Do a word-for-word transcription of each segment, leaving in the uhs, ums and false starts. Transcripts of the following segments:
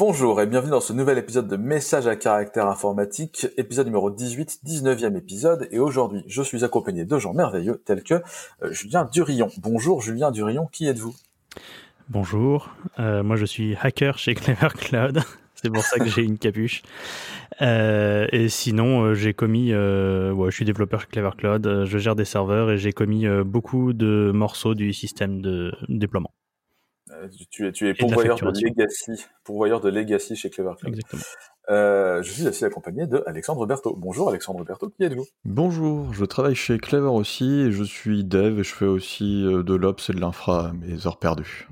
Bonjour et bienvenue dans ce nouvel épisode de Messages à caractère informatique, épisode numéro dix-huit, dix-neuvième épisode, et aujourd'hui je suis accompagné de gens merveilleux tels que euh, Julien Durillon. Bonjour Julien Durillon, qui êtes-vous ? Bonjour, euh, moi je suis hacker chez Clever Cloud, c'est pour ça que j'ai une capuche. Euh, et sinon, euh, j'ai commis, euh, ouais, je suis développeur chez Clever Cloud, euh, je gère des serveurs et j'ai commis euh, beaucoup de morceaux du système de déploiement. Euh, tu es, tu es pourvoyeur de, de Legacy, pourvoyeur de Legacy chez Clever Cloud. Exactement. Euh, je suis aussi accompagné de Alexandre Berthaud. Bonjour Alexandre Berthaud, qui êtes-vous ? Bonjour, je travaille chez Clever aussi et je suis dev et je fais aussi de l'ops et de l'infra à mes heures perdues.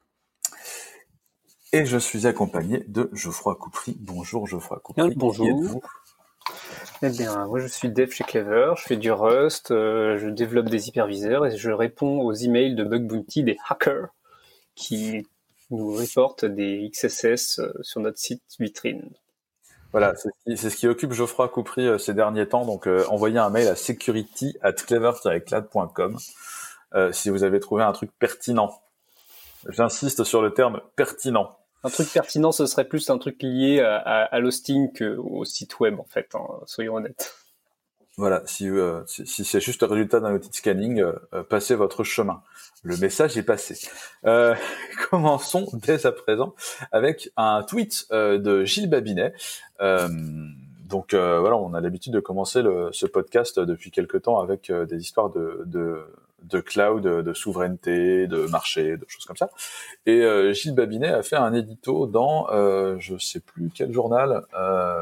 Et je suis accompagné de Geoffroy Coupry. Bonjour Geoffroy Coupry. Bonjour. Qui êtes-vous ? Eh bien, moi je suis dev chez Clever, je fais du Rust, euh, je développe des hyperviseurs et je réponds aux emails de bug bounty des hackers qui nous reportent des X S S sur notre site vitrine. Voilà, c'est ce qui, c'est ce qui occupe Geoffroy Coupry euh, ces derniers temps. Donc, euh, envoyez un mail à security at clever tiret cloud point com euh, si vous avez trouvé un truc pertinent. J'insiste sur le terme pertinent. Un truc pertinent, ce serait plus un truc lié à, à, à l'hosting qu'au site web, en fait, hein, soyons honnêtes. Voilà, si, euh, si, si c'est juste le résultat d'un outil de scanning, euh, passez votre chemin. Le message est passé. Euh, commençons dès à présent avec un tweet euh, de Gilles Babinet. Euh, donc euh, voilà, on a l'habitude de commencer le, ce podcast depuis quelque temps avec euh, des histoires de, de, de cloud, de souveraineté, de marché, de choses comme ça. Et euh, Gilles Babinet a fait un édito dans, euh, je sais plus quel journal, euh,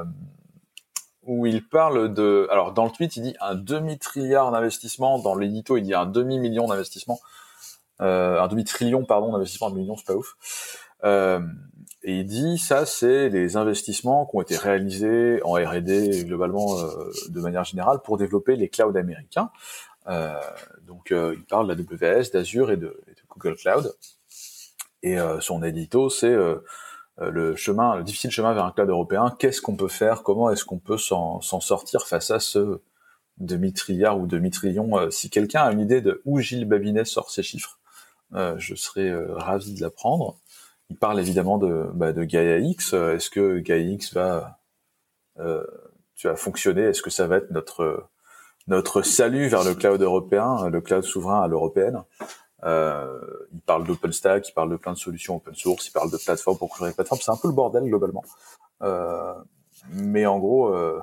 où il parle de... Alors, dans le tweet, il dit un demi-trilliard d'investissement. Dans l'édito, il dit un demi-million d'investissement. Euh, un demi-trillion, pardon, d'investissement. Un million, c'est pas ouf. Euh, et il dit, ça, c'est les investissements qui ont été réalisés en R et D, globalement, euh, de manière générale, pour développer les clouds américains. Euh, donc, euh, il parle de la W S, d'Azure et de, et de Google Cloud. Et euh, son édito, c'est... Euh, le chemin, le difficile chemin vers un cloud européen, qu'est-ce qu'on peut faire, comment est-ce qu'on peut s'en, s'en sortir face à ce demi-trilliard ou demi-trillion. Euh, si quelqu'un a une idée de où Gilles Babinet sort ces chiffres, euh, je serais euh, ravi de l'apprendre. Il parle évidemment de, bah, de Gaia X. Est-ce que Gaia X va, euh, tu vas fonctionner ? Est-ce que ça va être notre notre salut vers le cloud européen, le cloud souverain à l'européenne ? Euh, il parle d'OpenStack, il parle de plein de solutions open source, il parle de plateformes pour construire des plateformes. C'est un peu le bordel globalement. Euh, mais en gros, euh,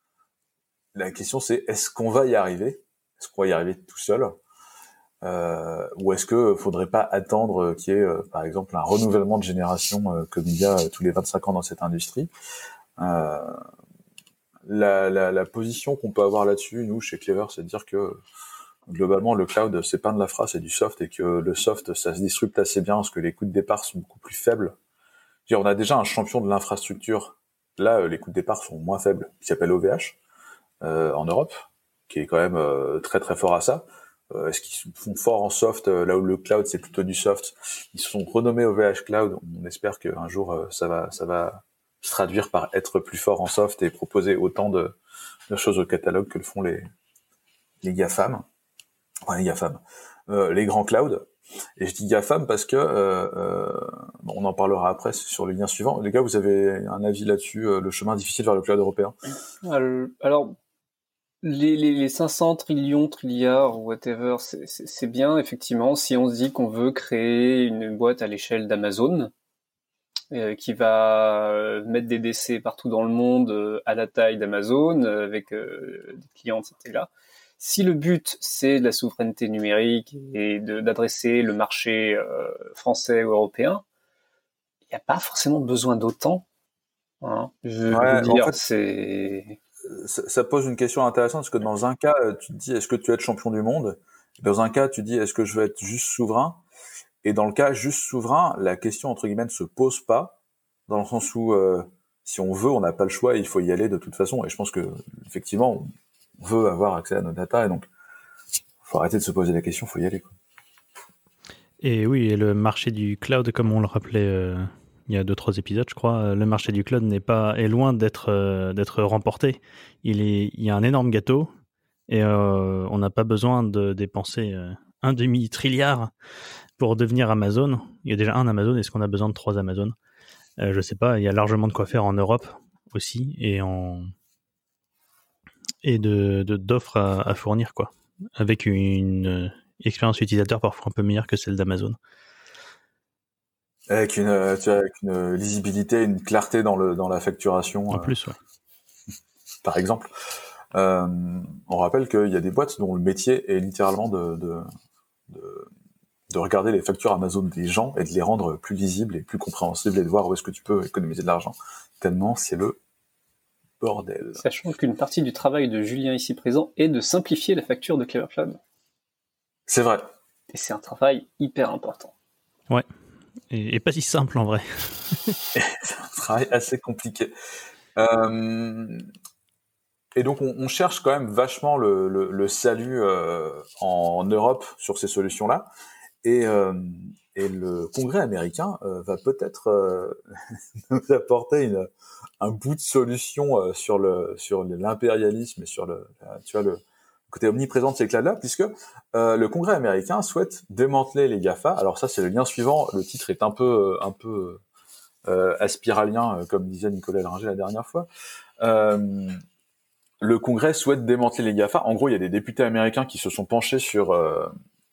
la question c'est est-ce qu'on va y arriver ? Est-ce qu'on va y arriver tout seul ? euh, Ou est-ce que faudrait pas attendre qu'il y ait, euh, par exemple, un renouvellement de génération euh, comme il y a euh, tous les vingt-cinq ans dans cette industrie ? euh, la, la, la position qu'on peut avoir là-dessus, nous, chez Clever, c'est de dire que globalement, le cloud, c'est pas de l'infra, c'est du soft, et que le soft, ça se disrupte assez bien, parce que les coûts de départ sont beaucoup plus faibles. Je veux dire, on a déjà un champion de l'infrastructure. Là, les coûts de départ sont moins faibles, qui s'appelle O V H, euh, en Europe, qui est quand même euh, très très fort à ça. Euh, est-ce qu'ils sont forts en soft, euh, là où le cloud, c'est plutôt du soft ? Ils se sont renommés O V H Cloud. On espère qu'un jour, euh, ça va ça va se traduire par être plus fort en soft et proposer autant de, de choses au catalogue que le font les, les GAFAM. Enfin, les GAFAM, euh, les grands clouds. Et je dis GAFAM parce que, euh, euh, bon, on en parlera après sur le lien suivant. Les gars, vous avez un avis là-dessus, euh, le chemin difficile vers le cloud européen ? Alors, les, les, les cinq cents trillions, trilliards, whatever, c'est, c'est, c'est bien, effectivement, si on se dit qu'on veut créer une boîte à l'échelle d'Amazon, euh, qui va mettre des D C partout dans le monde euh, à la taille d'Amazon, euh, avec euh, des clients, et cetera. Si le but, c'est de la souveraineté numérique et de, d'adresser le marché euh, français ou européen, il n'y a pas forcément besoin d'autant. Hein. Je ouais, veux dire, en fait, c'est... Ça, ça pose une question intéressante, parce que dans un cas, tu te dis, est-ce que tu veux être champion du monde ? Dans un cas, tu te dis, est-ce que je veux être juste souverain ? Et dans le cas juste souverain, la question, entre guillemets, ne se pose pas, dans le sens où, euh, si on veut, on n'a pas le choix, il faut y aller de toute façon. Et je pense que, effectivement, on veut avoir accès à nos data, et donc faut arrêter de se poser la question, faut y aller, quoi. Et oui, et le marché du cloud, comme on le rappelait euh, il y a deux trois épisodes, je crois, le marché du cloud n'est pas est loin d'être euh, d'être remporté. Il est il y a un énorme gâteau et euh, on n'a pas besoin de dépenser euh, un demi trilliard pour devenir Amazon. Il y a déjà un Amazon, est-ce qu'on a besoin de trois Amazon ? Euh, je sais pas, il y a largement de quoi faire en Europe aussi et en et de, de d'offres à, à fournir quoi, avec une, une expérience utilisateur parfois un peu meilleure que celle d'Amazon. Avec une, euh, tu vois, avec une lisibilité, une clarté dans le dans la facturation. En euh, plus, ouais. Par exemple, euh, on rappelle qu'il y a des boîtes dont le métier est littéralement de, de de de regarder les factures Amazon des gens et de les rendre plus lisibles et plus compréhensibles et de voir où est-ce que tu peux économiser de l'argent. Tellement c'est le bordel. Sachant qu'une partie du travail de Julien ici présent est de simplifier la facture de Clever Cloud. C'est vrai. Et c'est un travail hyper important. Ouais. Et, et pas si simple en vrai. C'est un travail assez compliqué. Euh, et donc on, on cherche quand même vachement le, le, le salut euh, en Europe sur ces solutions-là. Et, euh, et le Congrès américain euh, va peut-être euh, nous apporter une, un bout de solution euh, sur le sur l'impérialisme et sur le tu vois le côté omniprésent de ces clouds-là, puisque euh, le Congrès américain souhaite démanteler les GAFA. Alors ça, c'est le lien suivant. Le titre est un peu un peu euh, aspiralien, comme disait Nicolas Leringer la dernière fois. Euh, le Congrès souhaite démanteler les GAFA. En gros, il y a des députés américains qui se sont penchés sur euh,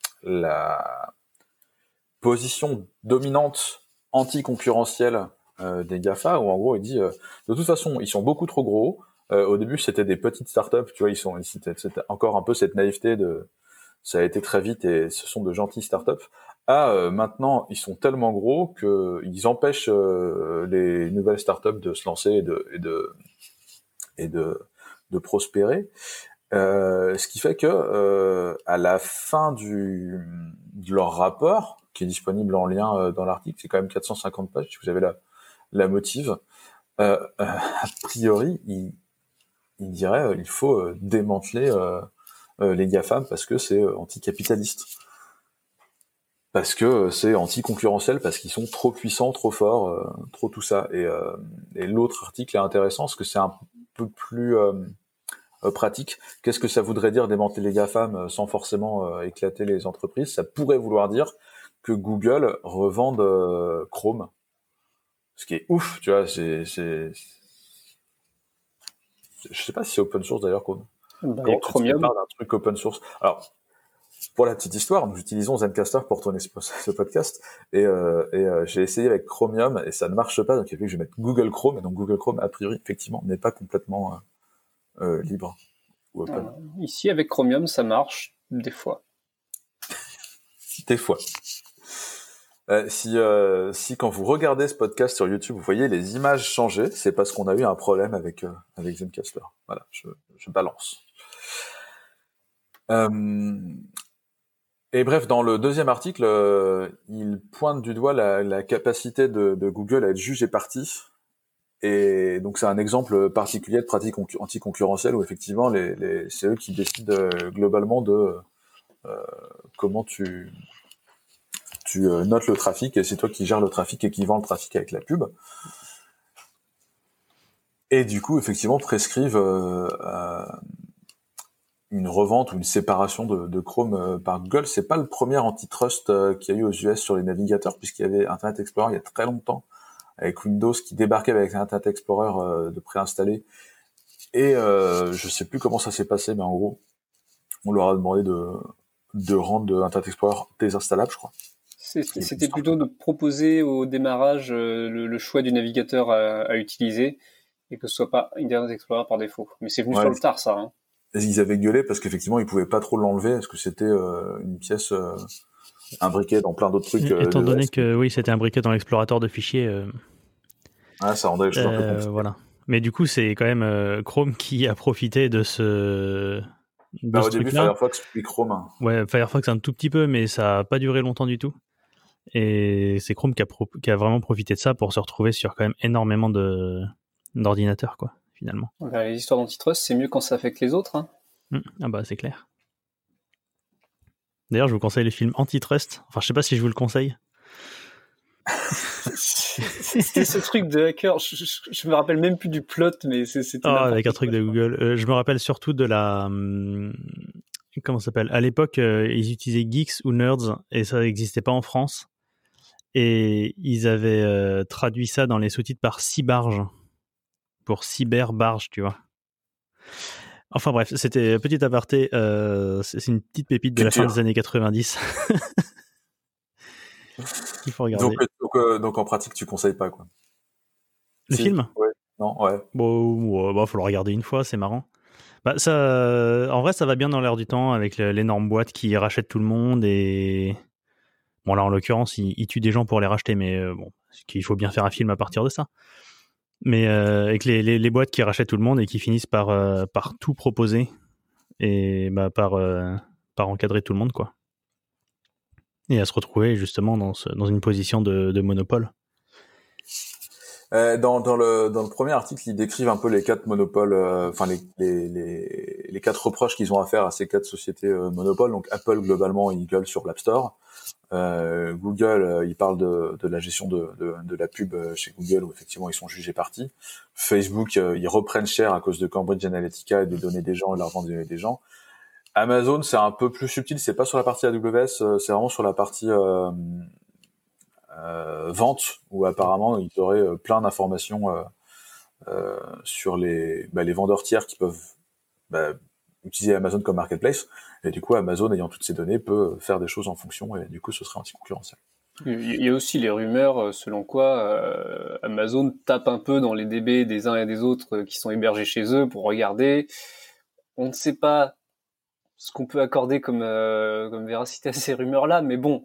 la position dominante anticoncurrentielle euh, des GAFA, où en gros il dit euh, de toute façon ils sont beaucoup trop gros. Euh, au début c'était des petites startups, tu vois, ils sont c'était, c'était encore un peu cette naïveté de ça a été très vite et ce sont de gentilles startups. Ah euh, maintenant ils sont tellement gros que ils empêchent euh, les nouvelles startups de se lancer et de et de et de, de prospérer. Euh, ce qui fait que euh, à la fin du de leur rapport, qui est disponible en lien euh, dans l'article, c'est quand même quatre cent cinquante pages, si vous avez la la motive, euh, euh, a priori, il, il dirait euh, il faut euh, démanteler euh, euh, les GAFAM parce que c'est euh, anticapitaliste, parce que euh, c'est anticoncurrentiel, parce qu'ils sont trop puissants, trop forts, euh, trop tout ça. Et, euh, et l'autre article est intéressant parce que c'est un peu plus euh, Euh, pratique. Qu'est-ce que ça voudrait dire démanteler les GAFAM euh, sans forcément euh, éclater les entreprises? Ça pourrait vouloir dire que Google revende euh, Chrome. Ce qui est ouf, tu vois, c'est, c'est... Je sais pas si c'est open source d'ailleurs, Chrome. Bah, Et Chromium. d'un truc open source. Alors, pour la petite histoire, nous utilisons Zencastr pour tourner ce, ce podcast, et, euh, et euh, j'ai essayé avec Chromium, et ça ne marche pas, donc il a fallu que je mette Google Chrome, et donc Google Chrome, a priori, effectivement, n'est pas complètement... Euh, Euh, libre ou open. Euh, ici, avec Chromium, ça marche des fois. Des fois. Euh, si, euh, si quand vous regardez ce podcast sur YouTube, vous voyez les images changer, c'est parce qu'on a eu un problème avec euh, avec Zencastr. Voilà, je, je balance. Euh, et bref, dans le deuxième article, euh, il pointe du doigt la, la capacité de, de Google à être juge et partie. Et donc c'est un exemple particulier de pratique anticoncurrentielle où effectivement les, les, c'est eux qui décident euh, globalement de euh, comment tu tu euh, notes le trafic, et c'est toi qui gères le trafic et qui vends le trafic avec la pub. Et du coup effectivement prescrivent euh, euh, une revente ou une séparation de, de Chrome euh, par Google. C'est pas le premier antitrust euh, qu'il y a eu aux U S sur les navigateurs, puisqu'il y avait Internet Explorer il y a très longtemps, avec Windows qui débarquait avec Internet Explorer euh, de préinstallé. Et euh, je sais plus comment ça s'est passé, mais en gros, on leur a demandé de, de rendre Internet Explorer désinstallable, je crois. C'était, c'était plutôt de proposer au démarrage euh, le, le choix du navigateur à, à utiliser et que ce soit pas Internet Explorer par défaut. Mais c'est venu Ouais, sur le tard, ça. Hein. Ils avaient gueulé parce qu'effectivement, ils pouvaient pas trop l'enlever parce que c'était euh, une pièce euh, imbriquée dans plein d'autres trucs. Et, étant euh, donné reste. que oui, c'était imbriqué dans l'explorateur de fichiers. Euh, ah, ça rendait les choses euh, un peu compliquées. Voilà. Mais du coup, c'est quand même euh, Chrome qui a profité de ce. De bah, ce au début, truc-là. Firefox puis Chrome. Hein. Ouais, Firefox un tout petit peu, mais ça a pas duré longtemps du tout. Et c'est Chrome qui a, pro- qui a vraiment profité de ça pour se retrouver sur quand même énormément de d'ordinateurs, quoi, finalement. Ben, les histoires d'antitrust, c'est mieux quand ça affecte les autres. Hein. Mmh. Ah bah c'est clair. D'ailleurs, je vous conseille le film Antitrust. Enfin, je sais pas si je vous le conseille. C'était ce truc de hacker. Je, je, je me rappelle même plus du plot, mais c'était. Oh, avec un truc de Google. Euh, je me rappelle surtout de la. Hum, comment ça s'appelle ? À l'époque, euh, ils utilisaient Geeks ou Nerds et ça n'existait pas en France. Et ils avaient euh, traduit ça dans les sous-titres par cybarge, pour cyberbarge, tu vois. Enfin bref, c'était petit aparté, euh, c'est une petite pépite de Culture. la fin des années quatre-vingt-dix. Il faut regarder. Donc, donc, euh, donc en pratique, tu conseilles pas, quoi. Le Si. film ? Ouais. Non, ouais. Bon, ouais, bah, faut le regarder une fois, c'est marrant. Bah, ça, en vrai, ça va bien dans l'air du temps avec le, l'énorme boîte qui rachète tout le monde et bon là en l'occurrence, il, il tue des gens pour les racheter, mais euh, bon, il faut bien faire un film à partir de ça. Mais euh, avec les, les, les boîtes qui rachètent tout le monde et qui finissent par euh, par tout proposer et bah par euh, par encadrer tout le monde quoi. Et à se retrouver justement dans ce, dans une position de, de monopole. Euh, dans, dans le dans le premier article, ils décrivent un peu les quatre monopoles, enfin euh, les, les les les quatre reproches qu'ils ont à faire à ces quatre sociétés euh, monopoles. Donc Apple globalement, ils gueulent sur l'App Store. Euh, Google, euh, ils parlent de de la gestion de de, de la pub chez Google où effectivement ils sont jugés partis. Facebook, euh, ils reprennent cher à cause de Cambridge Analytica et des données des gens et l'argent des données des gens. Amazon, c'est un peu plus subtil, c'est pas sur la partie A W S, c'est vraiment sur la partie euh, euh, vente où apparemment ils auraient euh, plein d'informations euh, euh, sur les bah, les vendeurs tiers qui peuvent bah, utiliser Amazon comme marketplace et du coup Amazon ayant toutes ces données peut faire des choses en fonction et du coup ce serait anti-concurrentiel. Il y a aussi les rumeurs selon quoi euh, Amazon tape un peu dans les D B des uns et des autres qui sont hébergés chez eux pour regarder. On ne sait pas ce qu'on peut accorder comme, euh, comme véracité à ces rumeurs-là, mais bon,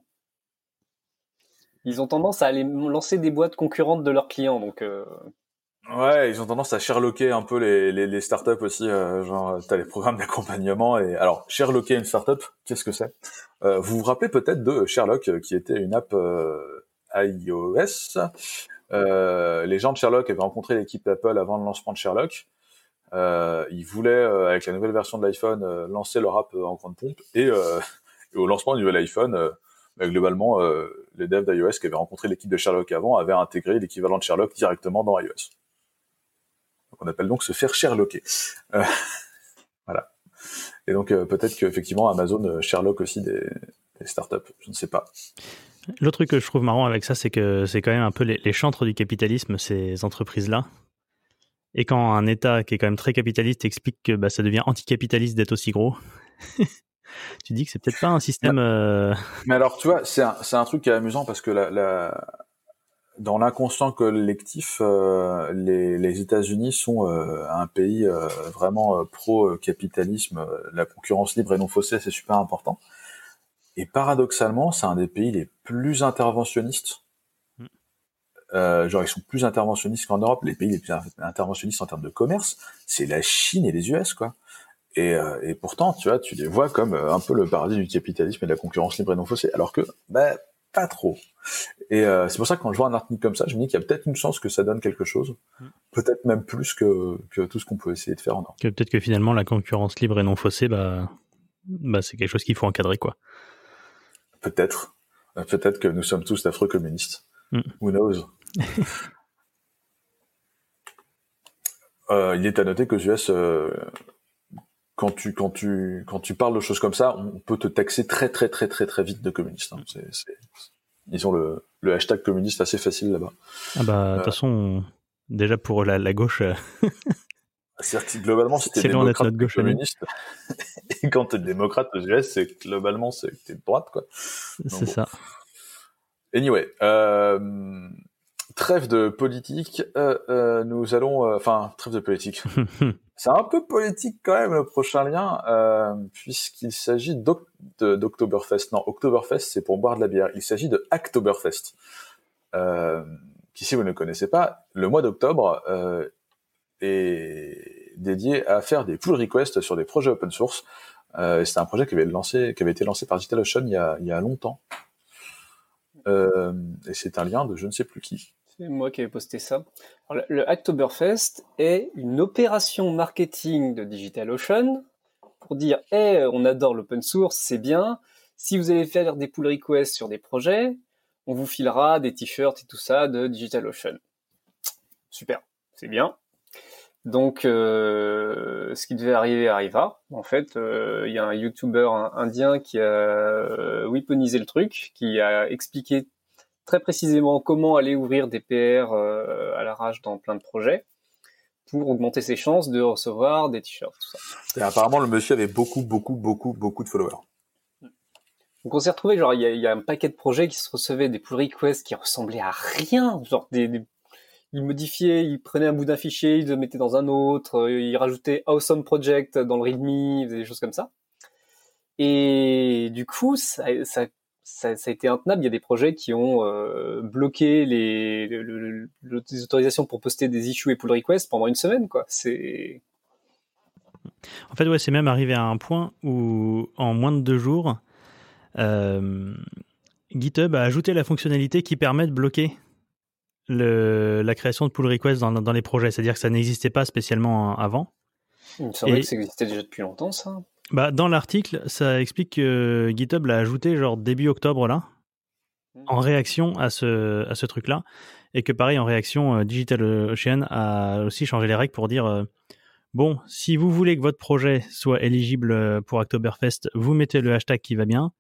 ils ont tendance à aller lancer des boîtes concurrentes de leurs clients, donc... Euh... Ouais, ils ont tendance à sherlocker un peu les, les, les startups aussi, euh, genre t'as les programmes d'accompagnement et alors sherlocker une startup, qu'est-ce que c'est ? euh, Vous vous rappelez peut-être de Sherlock, qui était une app euh, iOS. Euh, les gens de Sherlock avaient rencontré l'équipe d'Apple avant le lancement de Sherlock. Euh, ils voulaient, euh, avec la nouvelle version de l'iPhone, euh, lancer leur app euh, en grande pompe et, euh, et au lancement du nouvel iPhone, euh, bah, globalement, euh, les devs d'iOS qui avaient rencontré l'équipe de Sherlock avant avaient intégré l'équivalent de Sherlock directement dans iOS. On appelle donc se faire sherlocker. Euh, voilà. Et donc euh, peut-être qu'effectivement Amazon euh, sherlock aussi des, des startups, je ne sais pas. L'autre truc que je trouve marrant avec ça, c'est que c'est quand même un peu les, les chantres du capitalisme, ces entreprises-là. Et quand un État qui est quand même très capitaliste explique que bah, ça devient anticapitaliste d'être aussi gros, tu dis que c'est peut-être pas un système... Euh... Mais alors, tu vois, c'est un, c'est un truc qui est amusant parce que la, la, dans l'inconscient collectif, euh, les, les États-Unis sont euh, un pays euh, vraiment euh, pro-capitalisme. Euh, la concurrence libre et non faussée, c'est super important. Et paradoxalement, c'est un des pays les plus interventionnistes. Euh, genre, ils sont plus interventionnistes qu'en Europe. Les pays les plus interventionnistes en termes de commerce, c'est la Chine et les U S, quoi. Et, euh, et pourtant, tu vois, tu les vois comme euh, un peu le paradis du capitalisme et de la concurrence libre et non faussée. Alors que, bah, pas trop. Et euh, c'est pour ça que quand je vois un article comme ça, je me dis qu'il y a peut-être une chance que ça donne quelque chose. Mm. Peut-être même plus que, que tout ce qu'on peut essayer de faire en Europe. Que peut-être que finalement, la concurrence libre et non faussée, bah, bah, c'est quelque chose qu'il faut encadrer, quoi. Peut-être. Peut-être que nous sommes tous d'affreux communistes. Mm. Who knows? euh, il est à noter qu'aux U S, euh, quand tu quand tu quand tu parles de choses comme ça, on peut te taxer très très très très très vite de communiste. Hein. C'est, c'est, ils ont le, le hashtag communiste assez facile là-bas. Ah bah de toute euh, façon, déjà pour la, la gauche. Euh... C'est-à-dire que globalement, si t'es démocrate, t'es communiste. Et quand t'es démocrate aux U S, c'est globalement c'est que t'es de droite, quoi. Donc, c'est bon. Ça. Anyway. Euh... Trêve de politique, euh, euh, nous allons, enfin, euh, trêve de politique. C'est un peu politique quand même le prochain lien, euh, puisqu'il s'agit d'oc- de, d'Oktoberfest. Non, Oktoberfest, c'est pour boire de la bière. Il s'agit de Hacktoberfest, euh, qui, si vous ne connaissez pas, le mois d'octobre euh, est dédié à faire des pull requests sur des projets open source. Euh, c'est un projet qui avait, lancé, qui avait été lancé par DigitalOcean il y a, il y a longtemps. Euh, et c'est un lien de je ne sais plus qui. C'est moi qui avais posté ça. Alors, le Hacktoberfest est une opération marketing de DigitalOcean pour dire « Hey, on adore l'open source, c'est bien. Si vous allez faire des pull requests sur des projets, on vous filera des t-shirts et tout ça de DigitalOcean. » Super, c'est bien. Donc, euh, ce qui devait arriver arriva. En fait, il euh, y a un YouTuber indien qui a weaponisé le truc, qui a expliqué très précisément comment aller ouvrir des P R euh, à l'arrache dans plein de projets pour augmenter ses chances de recevoir des t-shirts, tout ça. Et apparemment, le monsieur avait beaucoup, beaucoup, beaucoup, beaucoup de followers. Donc on s'est retrouvé, genre, il y a, y a un paquet de projets qui se recevaient des pull requests qui ressemblaient à rien, genre des, des il modifiait, il prenait un bout d'un fichier, il le mettait dans un autre, il rajoutait Awesome Project dans le README, il faisait des choses comme ça. Et du coup, ça, ça, ça, ça a été intenable. Il y a des projets qui ont euh, bloqué les, le, le, le, les autorisations pour poster des issues et pull requests pendant une semaine, quoi. C'est... En fait, ouais, c'est même arrivé à un point où, en moins de deux jours, euh, GitHub a ajouté la fonctionnalité qui permet de bloquer Le, la création de pull requests dans, dans les projets, c'est-à-dire que ça n'existait pas spécialement avant. Il me semblait que ça existait déjà depuis longtemps, ça. Bah, dans l'article, ça explique que GitHub l'a ajouté genre début octobre là, mmh. en réaction à ce, à ce truc-là, et que pareil, en réaction, euh, DigitalOcean a aussi changé les règles pour dire euh, bon, si vous voulez que votre projet soit éligible pour Oktoberfest, vous mettez le hashtag qui va bien.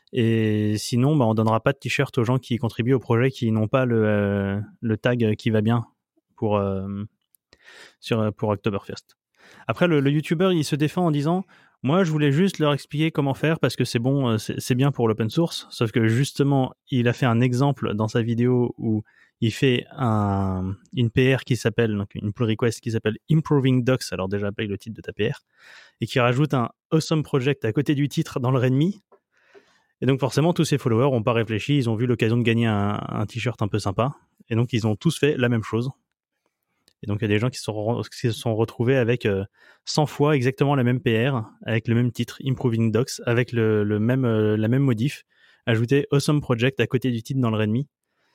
Et sinon, bah, on donnera pas de t-shirt aux gens qui contribuent au projet qui n'ont pas le, euh, le tag qui va bien pour, euh, sur, pour Oktoberfest. Après, le, le YouTuber, il se défend en disant « Moi, je voulais juste leur expliquer comment faire parce que c'est bon, c'est, c'est bien pour l'open source. » Sauf que justement, il a fait un exemple dans sa vidéo où il fait un, une P R qui s'appelle, donc une pull request qui s'appelle « Improving Docs », alors déjà, paye le titre de ta P R, et qui rajoute un « Awesome Project » à côté du titre dans le README. Et donc forcément, tous ces followers n'ont pas réfléchi, ils ont vu l'occasion de gagner un, un t-shirt un peu sympa, et donc ils ont tous fait la même chose. Et donc il y a des gens qui se sont, qui se sont retrouvés avec euh, cent fois exactement la même P R, avec le même titre, Improving Docs, avec le, le même, euh, la même modif, ajouter Awesome Project à côté du titre dans le README.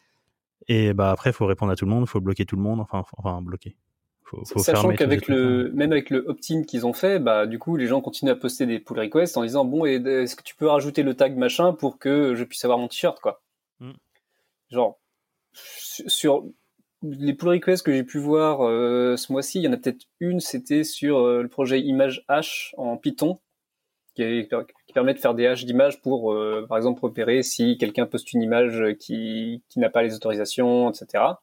Et bah après, il faut répondre à tout le monde, il faut bloquer tout le monde, enfin, enfin bloquer. Faut, faut Sachant qu'avec le, même avec le opt-in qu'ils ont fait, bah, du coup, les gens continuent à poster des pull requests en disant, bon, est-ce que tu peux rajouter le tag machin pour que je puisse avoir mon t-shirt, quoi. Mm. Genre, sur les pull requests que j'ai pu voir euh, ce mois-ci, il y en a peut-être une, c'était sur euh, le projet image hash en Python, qui, est, qui permet de faire des hashes d'images pour, euh, par exemple, repérer si quelqu'un poste une image qui, qui n'a pas les autorisations, et cetera.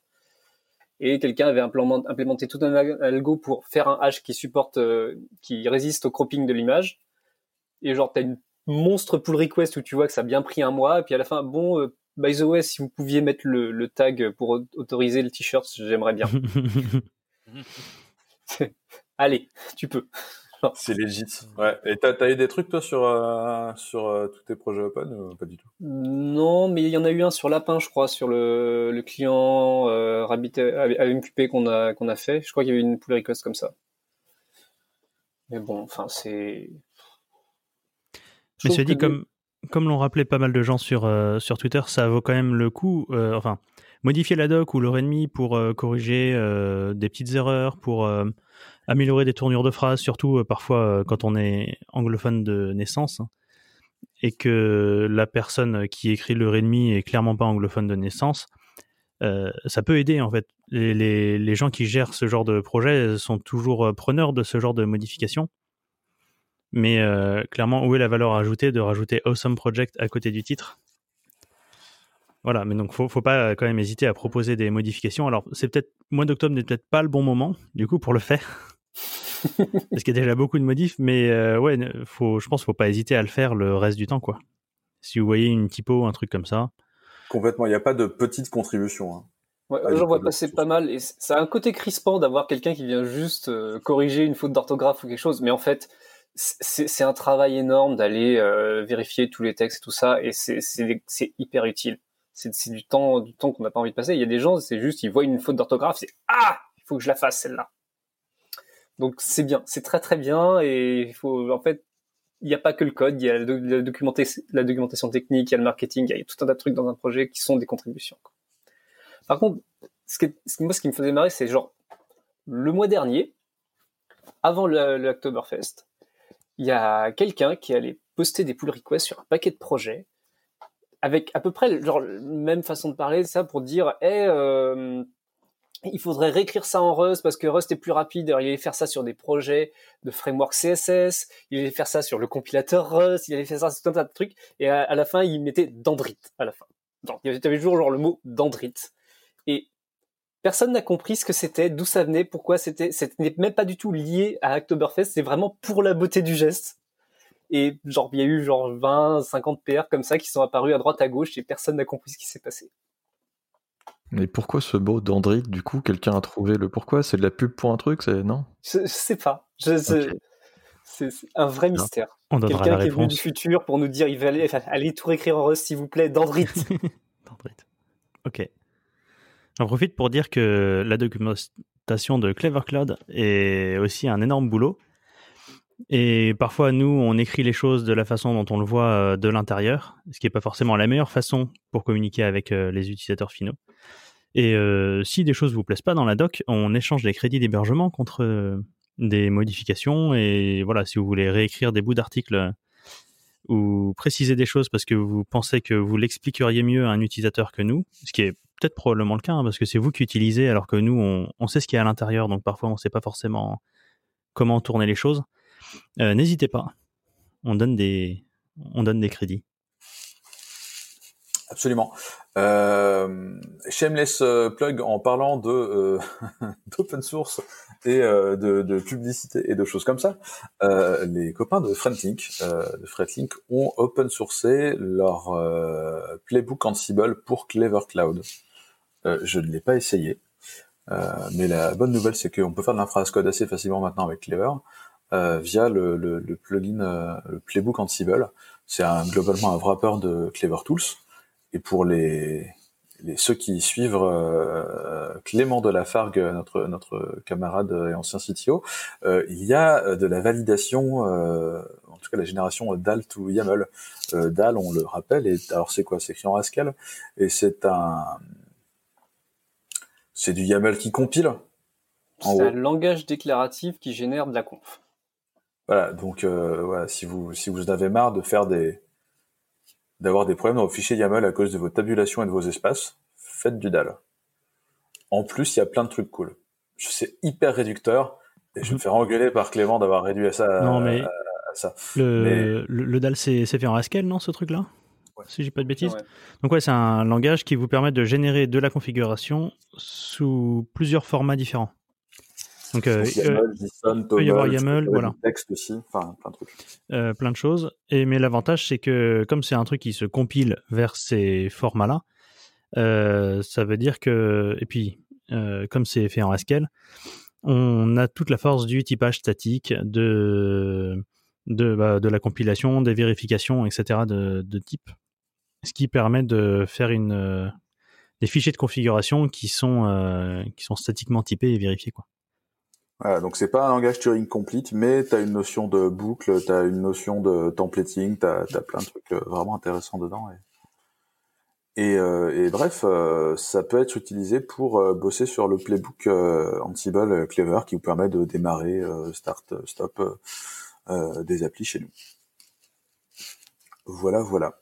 Et quelqu'un avait implémenté tout un algo pour faire un hash qui supporte, euh, qui résiste au cropping de l'image. Et genre, t'as une monstre pull request où tu vois que ça a bien pris un mois, et puis à la fin, bon, euh, by the way, si vous pouviez mettre le, le tag pour autoriser le t-shirt, j'aimerais bien. Allez, tu peux. C'est legit. Ouais. Et t'as, t'as eu des trucs, toi, sur, euh, sur euh, tous tes projets open ou pas du tout? Non, mais il y en a eu un sur Lapin, je crois, sur le, le client euh, Rabbit A M Q P qu'on a, qu'on a fait. Je crois qu'il y avait une pull request comme ça. Mais bon, enfin, c'est... Mais c'est dit, des... comme, comme l'ont rappelé pas mal de gens sur, euh, sur Twitter, ça vaut quand même le coup. Euh, enfin, modifier la doc ou le README pour euh, corriger euh, des petites erreurs, pour... Euh, améliorer des tournures de phrases, surtout euh, parfois euh, quand on est anglophone de naissance hein, et que la personne qui écrit le README est clairement pas anglophone de naissance, euh, ça peut aider en fait. Les, les, les gens qui gèrent ce genre de projet sont toujours preneurs de ce genre de modifications, mais euh, clairement, où est la valeur ajoutée de rajouter Awesome Project à côté du titre ? Voilà, mais donc faut, faut pas quand même hésiter à proposer des modifications. Alors c'est peut-être, mois d'octobre n'est peut-être pas le bon moment du coup pour le faire. Parce qu'il y a déjà beaucoup de modifs, mais euh, ouais, faut, je pense qu'il ne faut pas hésiter à le faire le reste du temps, quoi. Si vous voyez une typo, un truc comme ça. Complètement, il n'y a pas de petite contribution. Hein. Ouais, j'en vois passer pas mal, et ça a un côté crispant d'avoir quelqu'un qui vient juste euh, corriger une faute d'orthographe ou quelque chose, mais en fait, c'est, c'est un travail énorme d'aller euh, vérifier tous les textes et tout ça, et c'est, c'est, c'est hyper utile. C'est, c'est du temps, du temps qu'on n'a pas envie de passer. Il y a des gens, c'est juste, ils voient une faute d'orthographe, c'est « Ah, il faut que je la fasse, celle-là !» Donc c'est bien, c'est très très bien, et il faut, en fait, il n'y a pas que le code, il y a la, la, documentation, la documentation technique, il y a le marketing, il y a tout un tas de trucs dans un projet qui sont des contributions. Quoi. Par contre, ce que, ce, moi, ce qui me faisait marrer, c'est genre, le mois dernier, avant le, le Oktoberfest, il y a quelqu'un qui allait poster des pull requests sur un paquet de projets, avec à peu près genre la même façon de parler, ça pour dire, hey, euh, il faudrait réécrire ça en Rust parce que Rust est plus rapide. Alors, il allait faire ça sur des projets de framework C S S. Il allait faire ça sur le compilateur Rust. Il allait faire ça sur tout un tas de trucs. Et à, à la fin, il mettait Dendrit à la fin. il y avait toujours genre le mot dendrite. Et personne n'a compris ce que c'était, d'où ça venait, pourquoi c'était. C'était même pas du tout lié à Oktoberfest, c'est vraiment pour la beauté du geste. Et genre, il y a eu genre vingt, cinquante P R comme ça qui sont apparus à droite à gauche et personne n'a compris ce qui s'est passé. Mais pourquoi ce mot dendrite, du coup, quelqu'un a trouvé le pourquoi? C'est de la pub pour un truc, c'est non? Je, je sais pas. Je, je, Ok. c'est, c'est un vrai mystère. On donnera Quelqu'un la qui est venu du réponse. futur pour nous dire il va aller, enfin, allez tout réécrire en Rust s'il vous plaît, dendrite. Dendrite. Ok. J'en profite pour dire que la documentation de Clever Cloud est aussi un énorme boulot. Et parfois, nous, on écrit les choses de la façon dont on le voit euh, de l'intérieur, ce qui n'est pas forcément la meilleure façon pour communiquer avec euh, les utilisateurs finaux. Et euh, si des choses vous plaisent pas dans la doc, on échange des crédits d'hébergement contre euh, des modifications. Et voilà, si vous voulez réécrire des bouts d'articles euh, ou préciser des choses parce que vous pensez que vous l'expliqueriez mieux à un utilisateur que nous, ce qui est peut-être probablement le cas, hein, parce que c'est vous qui utilisez, alors que nous, on, on sait ce qu'il y a à l'intérieur, donc parfois on sait pas forcément comment tourner les choses. Euh, n'hésitez pas, on donne des, on donne des crédits. Absolument. Euh, shameless euh, plug en parlant de euh, d'open source et euh, de, de publicité et de choses comme ça. Euh, les copains de Fretlink, euh, de Fretlink ont open sourcé leur euh, playbook Ansible pour Clever Cloud. Euh, je ne l'ai pas essayé, euh, mais la bonne nouvelle c'est qu'on peut faire de l'infrascode assez facilement maintenant avec Clever. Euh, via le, le, le plugin, euh, le playbook Ansible. C'est un, globalement un wrapper de Clever Tools. Et pour les, les ceux qui suivent euh, Clément de Lafargue, notre notre camarade et ancien C T O, euh, il y a de la validation, euh, en tout cas la génération D A L to YAML. Euh, D A L, on le rappelle, et alors c'est quoi? C'est écrit en Haskell, et c'est un c'est du YAML qui compile. C'est un langage déclaratif qui génère de la conf. Voilà, donc euh, voilà, si vous si vous en avez marre de faire des d'avoir des problèmes dans vos fichiers YAML à cause de vos tabulations et de vos espaces, faites du D A L. En plus, il y a plein de trucs cool. C'est hyper réducteur, et je vais me faire engueuler par Clément d'avoir réduit ça à, non, mais à, à ça. Le, mais... le, le D A L, c'est, c'est fait en Haskell, non, ce truc-là? Ouais. Si j'ai pas de bêtises. Ouais. Donc ouais, c'est un langage qui vous permet de générer de la configuration sous plusieurs formats différents. Donc, euh, Donc YAML, JSON, il peut y avoir Toml, YAML, voilà. du texte aussi, enfin plein de trucs. Euh, plein de choses. Et, mais l'avantage, c'est que comme c'est un truc qui se compile vers ces formats-là, euh, ça veut dire que, et puis, euh, comme c'est fait en Haskell, on a toute la force du typage statique, de, de, bah, de la compilation, des vérifications, et cetera de, de type. Ce qui permet de faire une, euh, des fichiers de configuration qui sont, euh, qui sont statiquement typés et vérifiés, quoi. Voilà, donc c'est pas un langage Turing complete, mais t'as une notion de boucle, t'as une notion de templating, t'as, t'as plein de trucs vraiment intéressants dedans. Et, et, euh, et bref, euh, ça peut être utilisé pour euh, bosser sur le playbook euh, Ansible Clever qui vous permet de démarrer, euh, start, stop euh, euh, des applis chez nous. Voilà, voilà.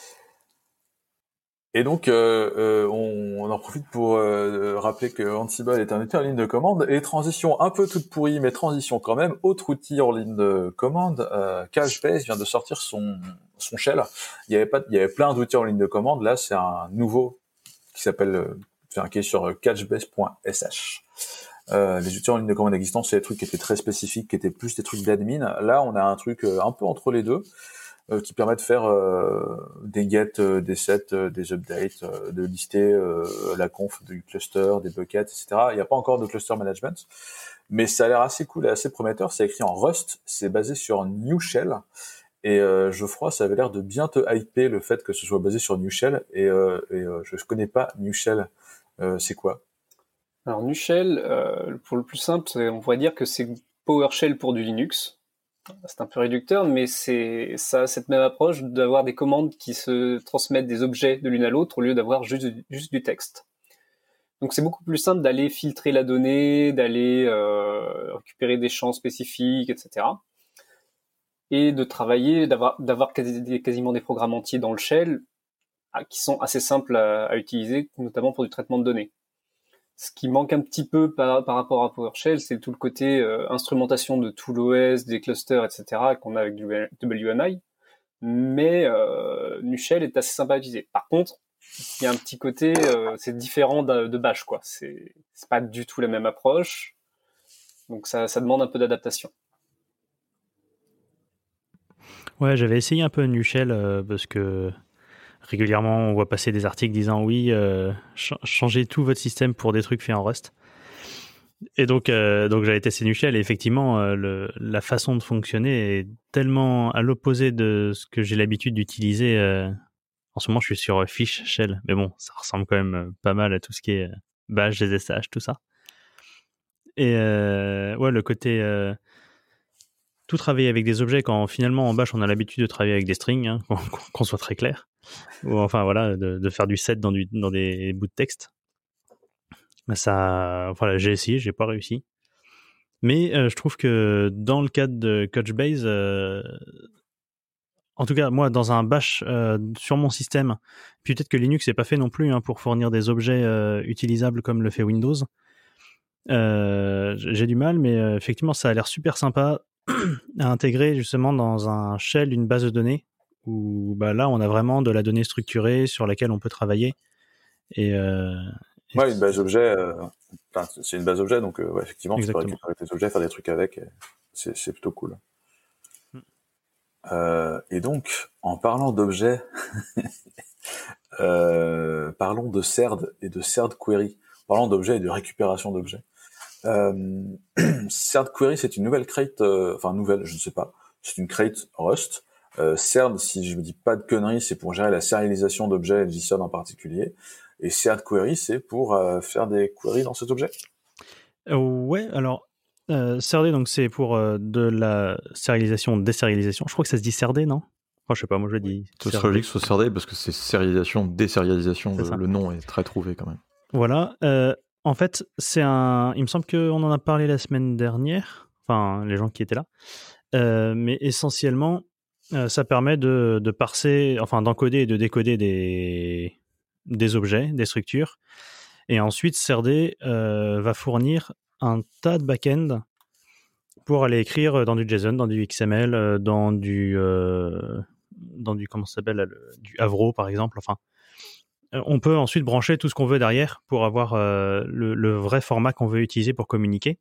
Et donc, euh, euh, on, on en profite pour euh, rappeler que Ansible est un outil en ligne de commande, et transition un peu toute pourrie, mais transition quand même, autre outil en ligne de commande, euh, Couchbase vient de sortir son, son shell. Il y avait pas, il y avait plein d'outils en ligne de commande, là c'est un nouveau qui s'appelle, euh, enfin, qui est sur couchbase point s h. Euh, les outils en ligne de commande existants, c'est des trucs qui étaient très spécifiques, qui étaient plus des trucs d'admin. Là, on a un truc euh, un peu entre les deux, euh, qui permet de faire euh, des get, euh, des sets, euh, des updates, euh, de lister euh, la conf du cluster, des buckets, et cetera. Il n'y a pas encore de cluster management, mais ça a l'air assez cool et assez prometteur. C'est écrit en Rust, c'est basé sur New Shell, et euh, Geoffroy, ça avait l'air de bien te hyper le fait que ce soit basé sur New Shell, et, euh, et euh, je connais pas New Shell. Euh, c'est quoi? Alors New Shell, euh, pour le plus simple, on pourrait dire que c'est PowerShell pour du Linux. C'est un peu réducteur, mais c'est ça, cette même approche d'avoir des commandes qui se transmettent des objets de l'une à l'autre au lieu d'avoir juste, juste du texte. Donc c'est beaucoup plus simple d'aller filtrer la donnée, d'aller euh, récupérer des champs spécifiques, et cetera. Et de travailler, d'avoir, d'avoir quasi, quasiment des programmes entiers dans le shell qui sont assez simples à, à utiliser, notamment pour du traitement de données. Ce qui manque un petit peu par, par rapport à PowerShell, c'est tout le côté euh, instrumentation de tout l'O S, des clusters, et cetera, qu'on a avec du W M I. Mais euh, New Shell est assez sympa à utiliser. Par contre, il y a un petit côté, euh, c'est différent de, de Bash, quoi. C'est, c'est pas du tout la même approche. Donc ça, ça demande un peu d'adaptation. Ouais, j'avais essayé un peu Nushell euh, parce que régulièrement on voit passer des articles disant oui, euh, ch- changez tout votre système pour des trucs faits en Rust. Et donc, euh, donc j'avais testé Nushell et effectivement, euh, le, la façon de fonctionner est tellement à l'opposé de ce que j'ai l'habitude d'utiliser. Euh, en ce moment, je suis sur Fish Shell, mais bon, ça ressemble quand même pas mal à tout ce qui est Bash, S S H, tout ça. Et euh, ouais, le côté euh, tout travailler avec des objets quand finalement en Bash on a l'habitude de travailler avec des strings, hein, qu'on, qu'on soit très clair, ou enfin voilà, de, de faire du set dans, du, dans des bouts de texte. Ça, voilà, j'ai essayé, j'ai pas réussi. Mais euh, je trouve que dans le cadre de Couchbase, euh, en tout cas moi dans un Bash euh, sur mon système, puis peut-être que Linux n'est pas fait non plus hein, pour fournir des objets euh, utilisables comme le fait Windows. Euh, j'ai du mal, mais euh, effectivement ça a l'air super sympa à intégrer justement dans un shell une base de données où bah, là on a vraiment de la donnée structurée sur laquelle on peut travailler. Et, euh, et ouais, une base objet, euh, enfin, c'est une base objet, donc euh, ouais, effectivement, exactement. tu peux récupérer tes objets, faire des trucs avec, et c'est, c'est plutôt cool. Mm. Euh, et donc, en parlant d'objets, euh, parlons de C E R D et de C E R D Query. Parlons d'objets et de récupération d'objets. Euh, C E R D Query, c'est une nouvelle crate, euh, enfin nouvelle, je ne sais pas, c'est une crate Rust. Euh, C E R D, si je me dis pas de conneries, c'est pour gérer la serialisation d'objets, G S O D en particulier. Et C E R D Query, c'est pour euh, faire des queries dans cet objet. Euh, ouais, alors euh, C E R D, donc c'est pour euh, de la sérialisation, désérialisation. Je crois que ça se dit C E R D, non? Enfin, je sais pas, moi je le dis. Ce serait logique que ce soit C E R D parce que c'est sérialisation, désérialisation, C'est le, ça. le nom est très trouvé quand même. Voilà. Euh, en fait, c'est un. Il me semble qu'on en a parlé la semaine dernière. Enfin, les gens qui étaient là. Euh, mais essentiellement, euh, ça permet de, de parser, enfin d'encoder et de décoder des, des objets, des structures. Et ensuite, C E R D euh, va fournir un tas de back-end pour aller écrire dans du JSON, dans du X M L, dans du, euh, dans du comment ça s'appelle, du Avro par exemple. Enfin, on peut ensuite brancher tout ce qu'on veut derrière pour avoir euh, le, le vrai format qu'on veut utiliser pour communiquer.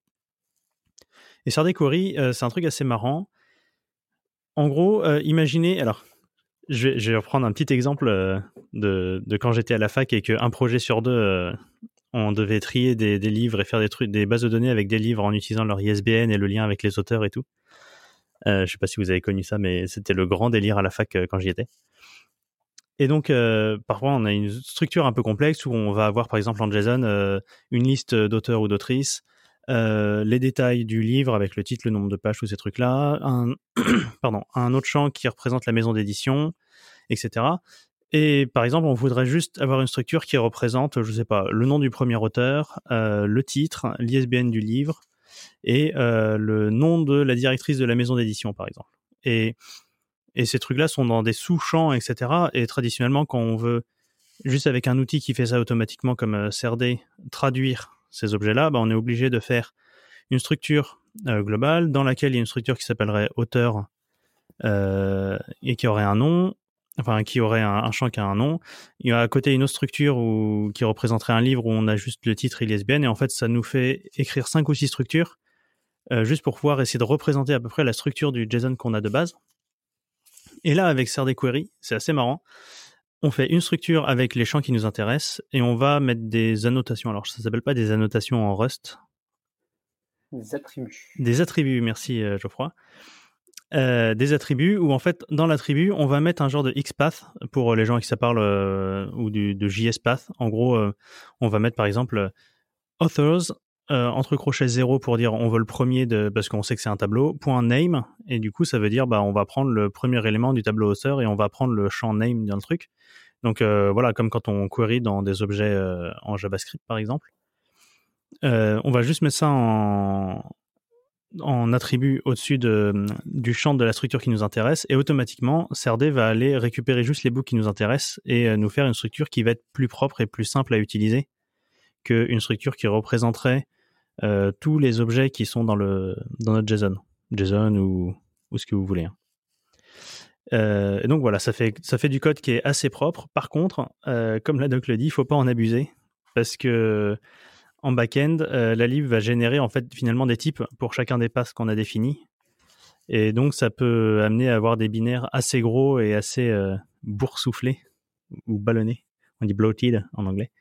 Et C E R D Query, euh, c'est un truc assez marrant. En gros, euh, imaginez, alors, je vais, je vais reprendre un petit exemple euh, de, de quand j'étais à la fac et qu'un projet sur deux, euh, on devait trier des, des livres et faire des trucs, des bases de données avec des livres en utilisant leur I S B N et le lien avec les auteurs et tout. Euh, je sais pas si vous avez connu ça, mais c'était le grand délire à la fac euh, quand j'y étais. Et donc, euh, parfois, on a une structure un peu complexe où on va avoir, par exemple, en JSON, euh, une liste d'auteurs ou d'autrices, euh, les détails du livre avec le titre, le nombre de pages, tous ces trucs-là, un, pardon, un autre champ qui représente la maison d'édition, et cetera. Et par exemple, on voudrait juste avoir une structure qui représente, je sais pas, le nom du premier auteur, euh, le titre, l'I S B N du livre et euh, le nom de la directrice de la maison d'édition, par exemple. Et, et ces trucs-là sont dans des sous-champs, et cetera. Et traditionnellement, quand on veut, juste avec un outil qui fait ça automatiquement comme euh, C E R D, traduire ces objets-là, bah, on est obligé de faire une structure euh, globale dans laquelle il y a une structure qui s'appellerait auteur euh, et qui aurait un nom, enfin qui aurait un, un champ qui a un nom. Il y a à côté une autre structure où, qui représenterait un livre où on a juste le titre et l'I S B N, et en fait ça nous fait écrire cinq ou six structures euh, juste pour pouvoir essayer de représenter à peu près la structure du JSON qu'on a de base. Et là, avec C E R D Query, c'est assez marrant. On fait une structure avec les champs qui nous intéressent et on va mettre des annotations. Alors, ça s'appelle pas des annotations en Rust. Des attributs. Des attributs, merci euh, Geoffroy. Euh, des attributs où, en fait, dans l'attribut, on va mettre un genre de XPath pour les gens qui ça parle euh, ou du, de J S Path. En gros, euh, on va mettre par exemple authors euh, entre crochets zéro pour dire on veut le premier de, parce qu'on sait que c'est un tableau, point name, et du coup ça veut dire bah on va prendre le premier élément du tableau author et on va prendre le champ name dans le truc. Donc euh, voilà, comme quand on query dans des objets euh, en JavaScript par exemple. Euh, on va juste mettre ça en, en attribut au-dessus de, du champ de la structure qui nous intéresse et automatiquement C E R D va aller récupérer juste les bouts qui nous intéressent et euh, nous faire une structure qui va être plus propre et plus simple à utiliser qu'une structure qui représenterait Euh, tous les objets qui sont dans, le, dans notre JSON, JSON ou, ou ce que vous voulez. Hein. Euh, et donc voilà, ça fait, ça fait du code qui est assez propre. Par contre, euh, comme la doc le dit, il ne faut pas en abuser parce que en back-end, euh, la lib va générer en fait finalement des types pour chacun des passes qu'on a définis. Et donc ça peut amener à avoir des binaires assez gros et assez euh, boursouflés ou ballonnés. On dit bloated en anglais.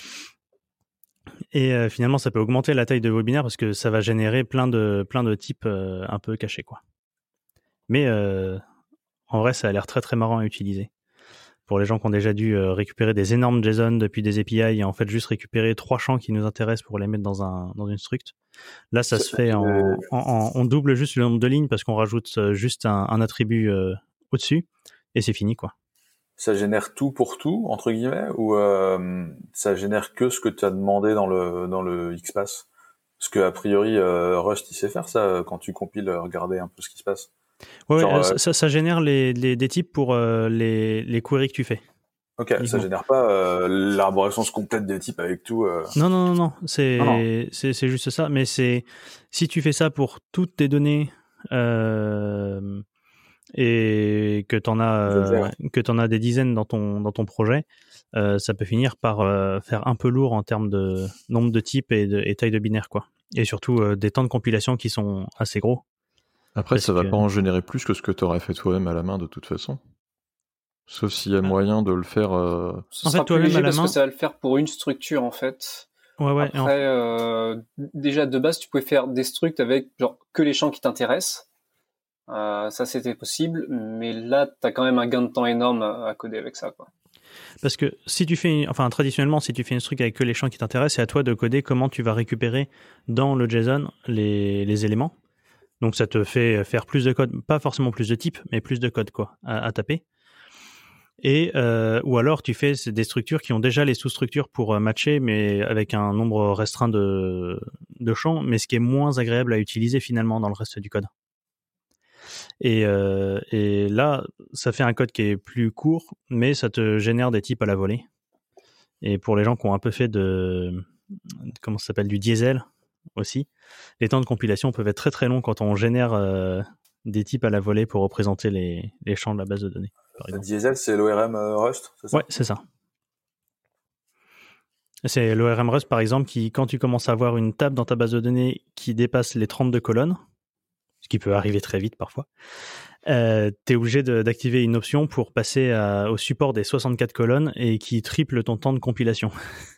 Et euh, finalement, ça peut augmenter la taille de vos binaires parce que ça va générer plein de, plein de types euh, un peu cachés, quoi. Mais euh, en vrai, ça a l'air très très marrant à utiliser. Pour les gens qui ont déjà dû euh, récupérer des énormes JSON depuis des A P I et en fait juste récupérer trois champs qui nous intéressent pour les mettre dans, un, dans une struct. Là, ça, ça se fait en, en, en... On double juste le nombre de lignes parce qu'on rajoute juste un, un attribut euh, au-dessus et c'est fini, quoi. Ça génère tout pour tout, entre guillemets, ou euh, ça génère que ce que tu as demandé dans le dans le XPath? Parce que a priori, euh, Rust, il sait faire ça quand tu compiles, regarder un peu ce qui se passe. Ouais, Genre, ouais euh, ça, ça génère les, les, des types pour euh, les, les queries que tu fais. Ok, uniquement. Ça génère pas euh, l'arborescence complète des types avec tout. Euh... Non, non, non, non, c'est, non, non. c'est, c'est juste ça. Mais c'est si tu fais ça pour toutes tes données euh, et que t'en as euh, que t'en as des dizaines dans ton dans ton projet, euh, ça peut finir par euh, faire un peu lourd en termes de nombre de types et, de, et taille de binaire, quoi. Et surtout euh, des temps de compilation qui sont assez gros. Après, ça va que... pas en générer plus que ce que tu aurais fait toi-même à la main de toute façon. Sauf s'il y a moyen de le faire. Euh... Ce en sera fait, toi-même à la parce main. Que ça va le faire pour une structure en fait. Ouais, ouais. Après, en... euh, déjà de base, tu pouvais faire des structs avec genre que les champs qui t'intéressent. Euh, ça, c'était possible, mais là, t'as quand même un gain de temps énorme à, à coder avec ça, quoi. Parce que si tu fais, enfin traditionnellement, si tu fais une struct avec que les champs qui t'intéressent, c'est à toi de coder comment tu vas récupérer dans le JSON les, les éléments. Donc ça te fait faire plus de code, pas forcément plus de types, mais plus de code quoi à, à taper. Et euh, ou alors tu fais des structures qui ont déjà les sous-structures pour matcher, mais avec un nombre restreint de, de champs, mais ce qui est moins agréable à utiliser finalement dans le reste du code. Et, euh, et là, ça fait un code qui est plus court, mais ça te génère des types à la volée. Et pour les gens qui ont un peu fait de, comment ça s'appelle, du diesel aussi, les temps de compilation peuvent être très très longs quand on génère euh, des types à la volée pour représenter les, les champs de la base de données. Par exemple. Diesel, c'est l'O R M euh, Rust, c'est ça? Ouais, c'est ça. C'est l'O R M Rust, par exemple, qui, quand tu commences à avoir une table dans ta base de données qui dépasse les trente-deux colonnes, ce qui peut arriver très vite parfois, euh, tu es obligé de, d'activer une option pour passer à, au support des soixante-quatre colonnes et qui triple ton temps de compilation.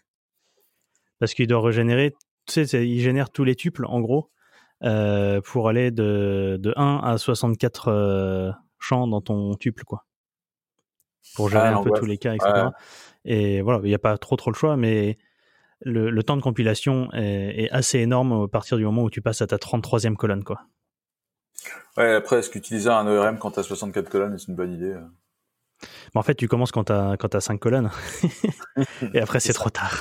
Parce qu'il doit régénérer, tu sais, il génère tous les tuples, en gros, euh, pour aller de, de un à soixante-quatre euh, champs dans ton tuple, quoi. Pour gérer ah, un peu ouais. tous les cas, et cetera. Ouais. Et voilà, il n'y a pas trop trop le choix, mais le, le temps de compilation est, est assez énorme à partir du moment où tu passes à ta trente-troisième colonne, quoi. Ouais, après, est-ce qu'utiliser un O R M quand tu as soixante-quatre colonnes, c'est une bonne idée? Mais en fait, tu commences quand tu as quand tu as cinq colonnes. Et après, c'est, c'est trop tard.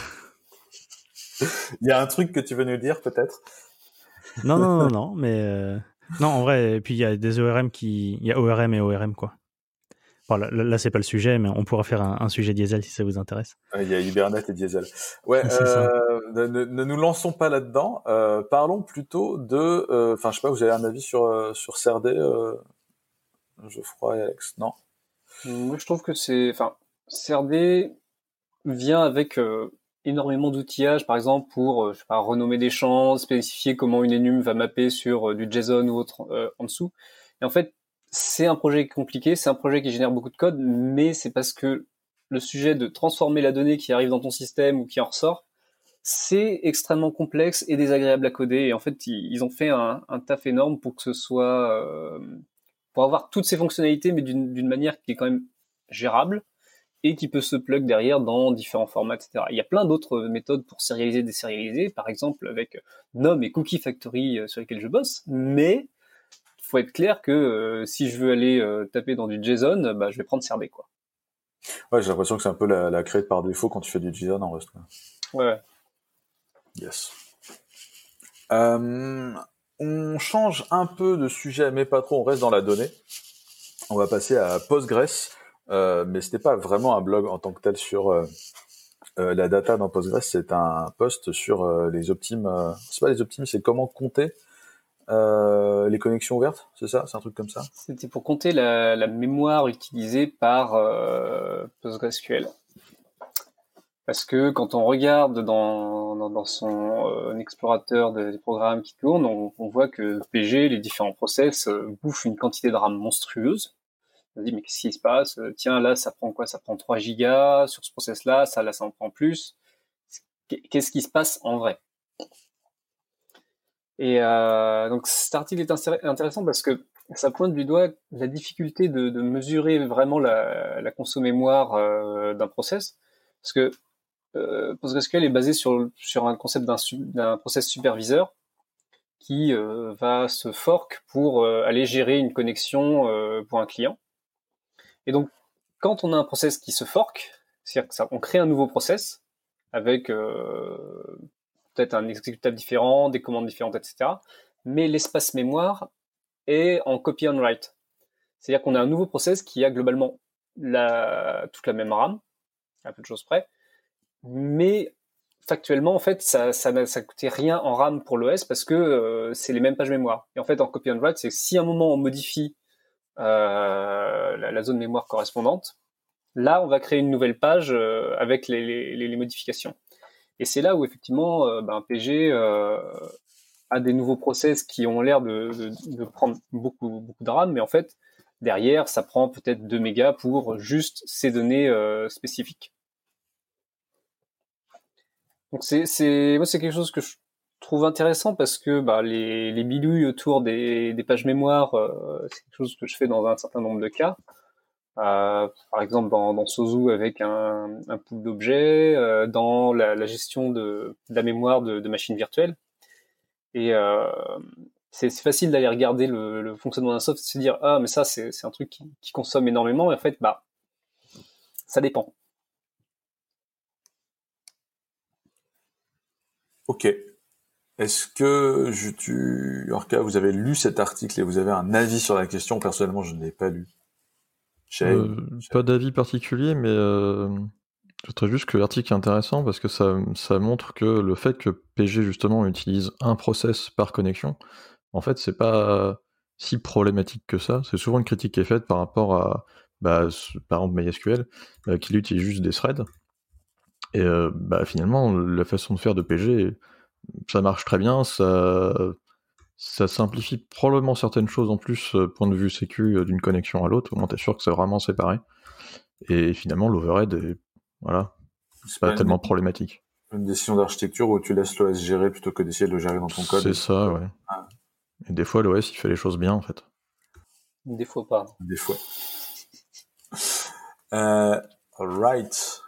Il y a un truc que tu veux nous dire, peut-être? Non, non, non, non, mais... Euh... Non, en vrai, et puis il y a des O R M qui... Il y a O R M et O R M, quoi. Bon, là, là, c'est pas le sujet, mais on pourra faire un, un sujet diesel si ça vous intéresse. Il y a Hibernate et diesel. Ouais, euh, ne, ne, ne nous lançons pas là-dedans. Euh, parlons plutôt de... Enfin, euh, je sais pas, vous avez un avis sur, euh, sur C R D, euh, Geoffroy et Alex? Non? Moi, je trouve que c'est... Enfin, C R D vient avec euh, énormément d'outillage, par exemple, pour euh, je sais pas, renommer des champs, spécifier comment une enum va mapper sur euh, du JSON ou autre euh, en dessous. Et en fait, c'est un projet compliqué, c'est un projet qui génère beaucoup de code, mais c'est parce que le sujet de transformer la donnée qui arrive dans ton système ou qui en ressort, c'est extrêmement complexe et désagréable à coder. Et en fait, ils ont fait un, un taf énorme pour que ce soit... Euh, pour avoir toutes ces fonctionnalités, mais d'une, d'une manière qui est quand même gérable et qui peut se plug derrière dans différents formats, et cetera. Il y a plein d'autres méthodes pour sérialiser, désérialiser, par exemple avec Nom et Cookie Factory sur lesquels je bosse, mais il faut être clair que euh, si je veux aller euh, taper dans du JSON, bah, je vais prendre C R D, quoi. Ouais, j'ai l'impression que c'est un peu la, la crête par défaut quand tu fais du JSON en Rust. Ouais. Yes. Euh, on change un peu de sujet, mais pas trop, on reste dans la donnée. On va passer à Postgres, euh, mais c'était pas vraiment un blog en tant que tel sur euh, euh, la data dans Postgres, c'est un post sur euh, les optimes, euh, c'est pas les optimes, c'est comment compter euh, les connexions ouvertes, c'est ça? C'est un truc comme ça? C'était pour compter la, la mémoire utilisée par euh, PostgreSQL. Parce que quand on regarde dans, dans, dans son euh, explorateur de, des programmes qui tournent, on, on voit que P G, les différents process, euh, bouffent une quantité de RAM monstrueuse. On se dit, mais qu'est-ce qui se passe? Tiens, là, ça prend quoi? Ça prend trois gigas. Sur ce process-là, ça, là, ça en prend plus. Qu'est-ce qui se passe en vrai? Et euh, donc cet article est intéressant parce que ça pointe du doigt la difficulté de, de mesurer vraiment la, la conso mémoire euh, d'un process. Parce que Euh, PostgreSQL est basé sur, sur un concept d'un, d'un process superviseur qui euh, va se fork pour euh, aller gérer une connexion euh, pour un client. Et donc, quand on a un process qui se fork, c'est-à-dire que ça, on crée un nouveau process avec euh, peut-être un exécutable différent, des commandes différentes, et cetera. Mais l'espace mémoire est en copy on write. C'est-à-dire qu'on a un nouveau process qui a globalement la, toute la même RAM, à peu de choses près, mais factuellement, en fait, ça, ça, ça coûtait rien en RAM pour l'O S parce que euh, c'est les mêmes pages mémoire. Et en fait, en copy on write, c'est que si à un moment on modifie euh, la, la zone mémoire correspondante, là, on va créer une nouvelle page euh, avec les, les, les modifications. Et c'est là où effectivement, euh, ben, P G euh, a des nouveaux process qui ont l'air de, de, de prendre beaucoup, beaucoup de RAM, mais en fait, derrière, ça prend peut-être deux mégas pour juste ces données euh, spécifiques. Donc c'est, c'est, moi c'est quelque chose que je trouve intéressant parce que bah, les, les bidouilles autour des, des pages mémoire, euh, c'est quelque chose que je fais dans un certain nombre de cas. Euh, par exemple dans, dans Sozu avec un, un pool d'objets, euh, dans la, la gestion de, de la mémoire de, de machines virtuelles. Et euh, c'est, c'est facile d'aller regarder le, le fonctionnement d'un soft et se dire ah mais ça c'est, c'est un truc qui, qui consomme énormément. Et en fait bah ça dépend. Ok. Est-ce que, je, tu, Orca, vous avez lu cet article et vous avez un avis sur la question? Personnellement, je ne l'ai pas lu. Euh, pas d'avis particulier, mais euh, je trouve juste que l'article est intéressant parce que ça, ça montre que le fait que P G justement utilise un process par connexion, en fait, c'est pas si problématique que ça. C'est souvent une critique qui est faite par rapport à, bah, par exemple, MySQL, euh, qui utilise juste des threads. Et euh, bah, finalement, la façon de faire de P G, ça marche très bien, ça, ça simplifie probablement certaines choses en plus, euh, point de vue sécu, euh, d'une connexion à l'autre. Au moins, t'es sûr que c'est vraiment séparé. Et finalement, l'overhead est, voilà, C'est pas pas tellement une, problématique. une décision d'architecture où tu laisses l'O S gérer plutôt que d'essayer de le gérer dans ton code. C'est ça, ouais. Ah. Et des fois, l'O S, il fait les choses bien, en fait. Des fois pas. Des fois. Euh, right.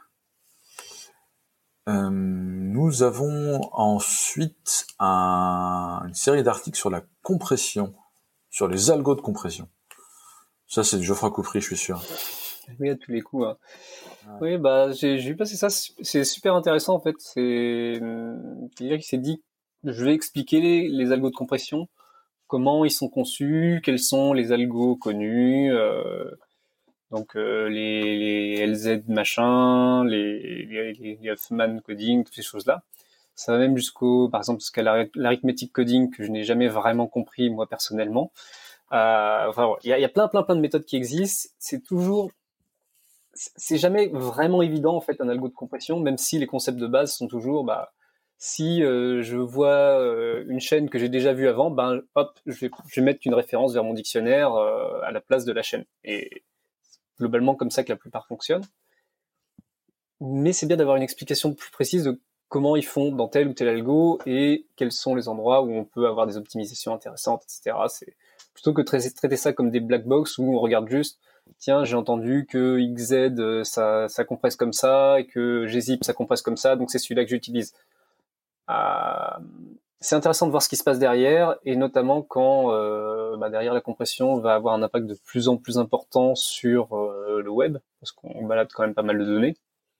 Euh, nous avons ensuite un, une série d'articles sur la compression, sur les algos de compression. Ça, c'est de Geoffroy Coupry, je suis sûr. Oui, à tous les coups. Hein. Ouais. Oui, bah j'ai, j'ai vu passer ça. C'est super intéressant en fait. C'est, c'est-à-dire qu'il s'est dit, je vais expliquer les, les algos de compression, comment ils sont conçus, quels sont les algos connus, euh, donc euh, les, les L Z machin, les, les, les Huffman coding, toutes ces choses-là. Ça va même jusqu'au, par exemple, jusqu'à l'arithmétique coding que je n'ai jamais vraiment compris moi personnellement. Euh, enfin, il y a, y a plein, plein, plein de méthodes qui existent. C'est toujours, c'est jamais vraiment évident en fait un algo de compression, même si les concepts de base sont toujours, bah, si euh, je vois euh, une chaîne que j'ai déjà vue avant, ben hop, je vais, je vais mettre une référence vers mon dictionnaire euh, à la place de la chaîne. Et globalement comme ça que la plupart fonctionnent. Mais c'est bien d'avoir une explication plus précise de comment ils font dans tel ou tel algo et quels sont les endroits où on peut avoir des optimisations intéressantes, et cetera. C'est plutôt que de traiter ça comme des black box où on regarde juste, tiens, j'ai entendu que X Z ça, ça compresse comme ça et que gzip ça compresse comme ça, donc c'est celui-là que j'utilise. Euh, c'est intéressant de voir ce qui se passe derrière et notamment quand euh, bah derrière la compression va avoir un impact de plus en plus important sur euh, le web parce qu'on balade quand même pas mal de données.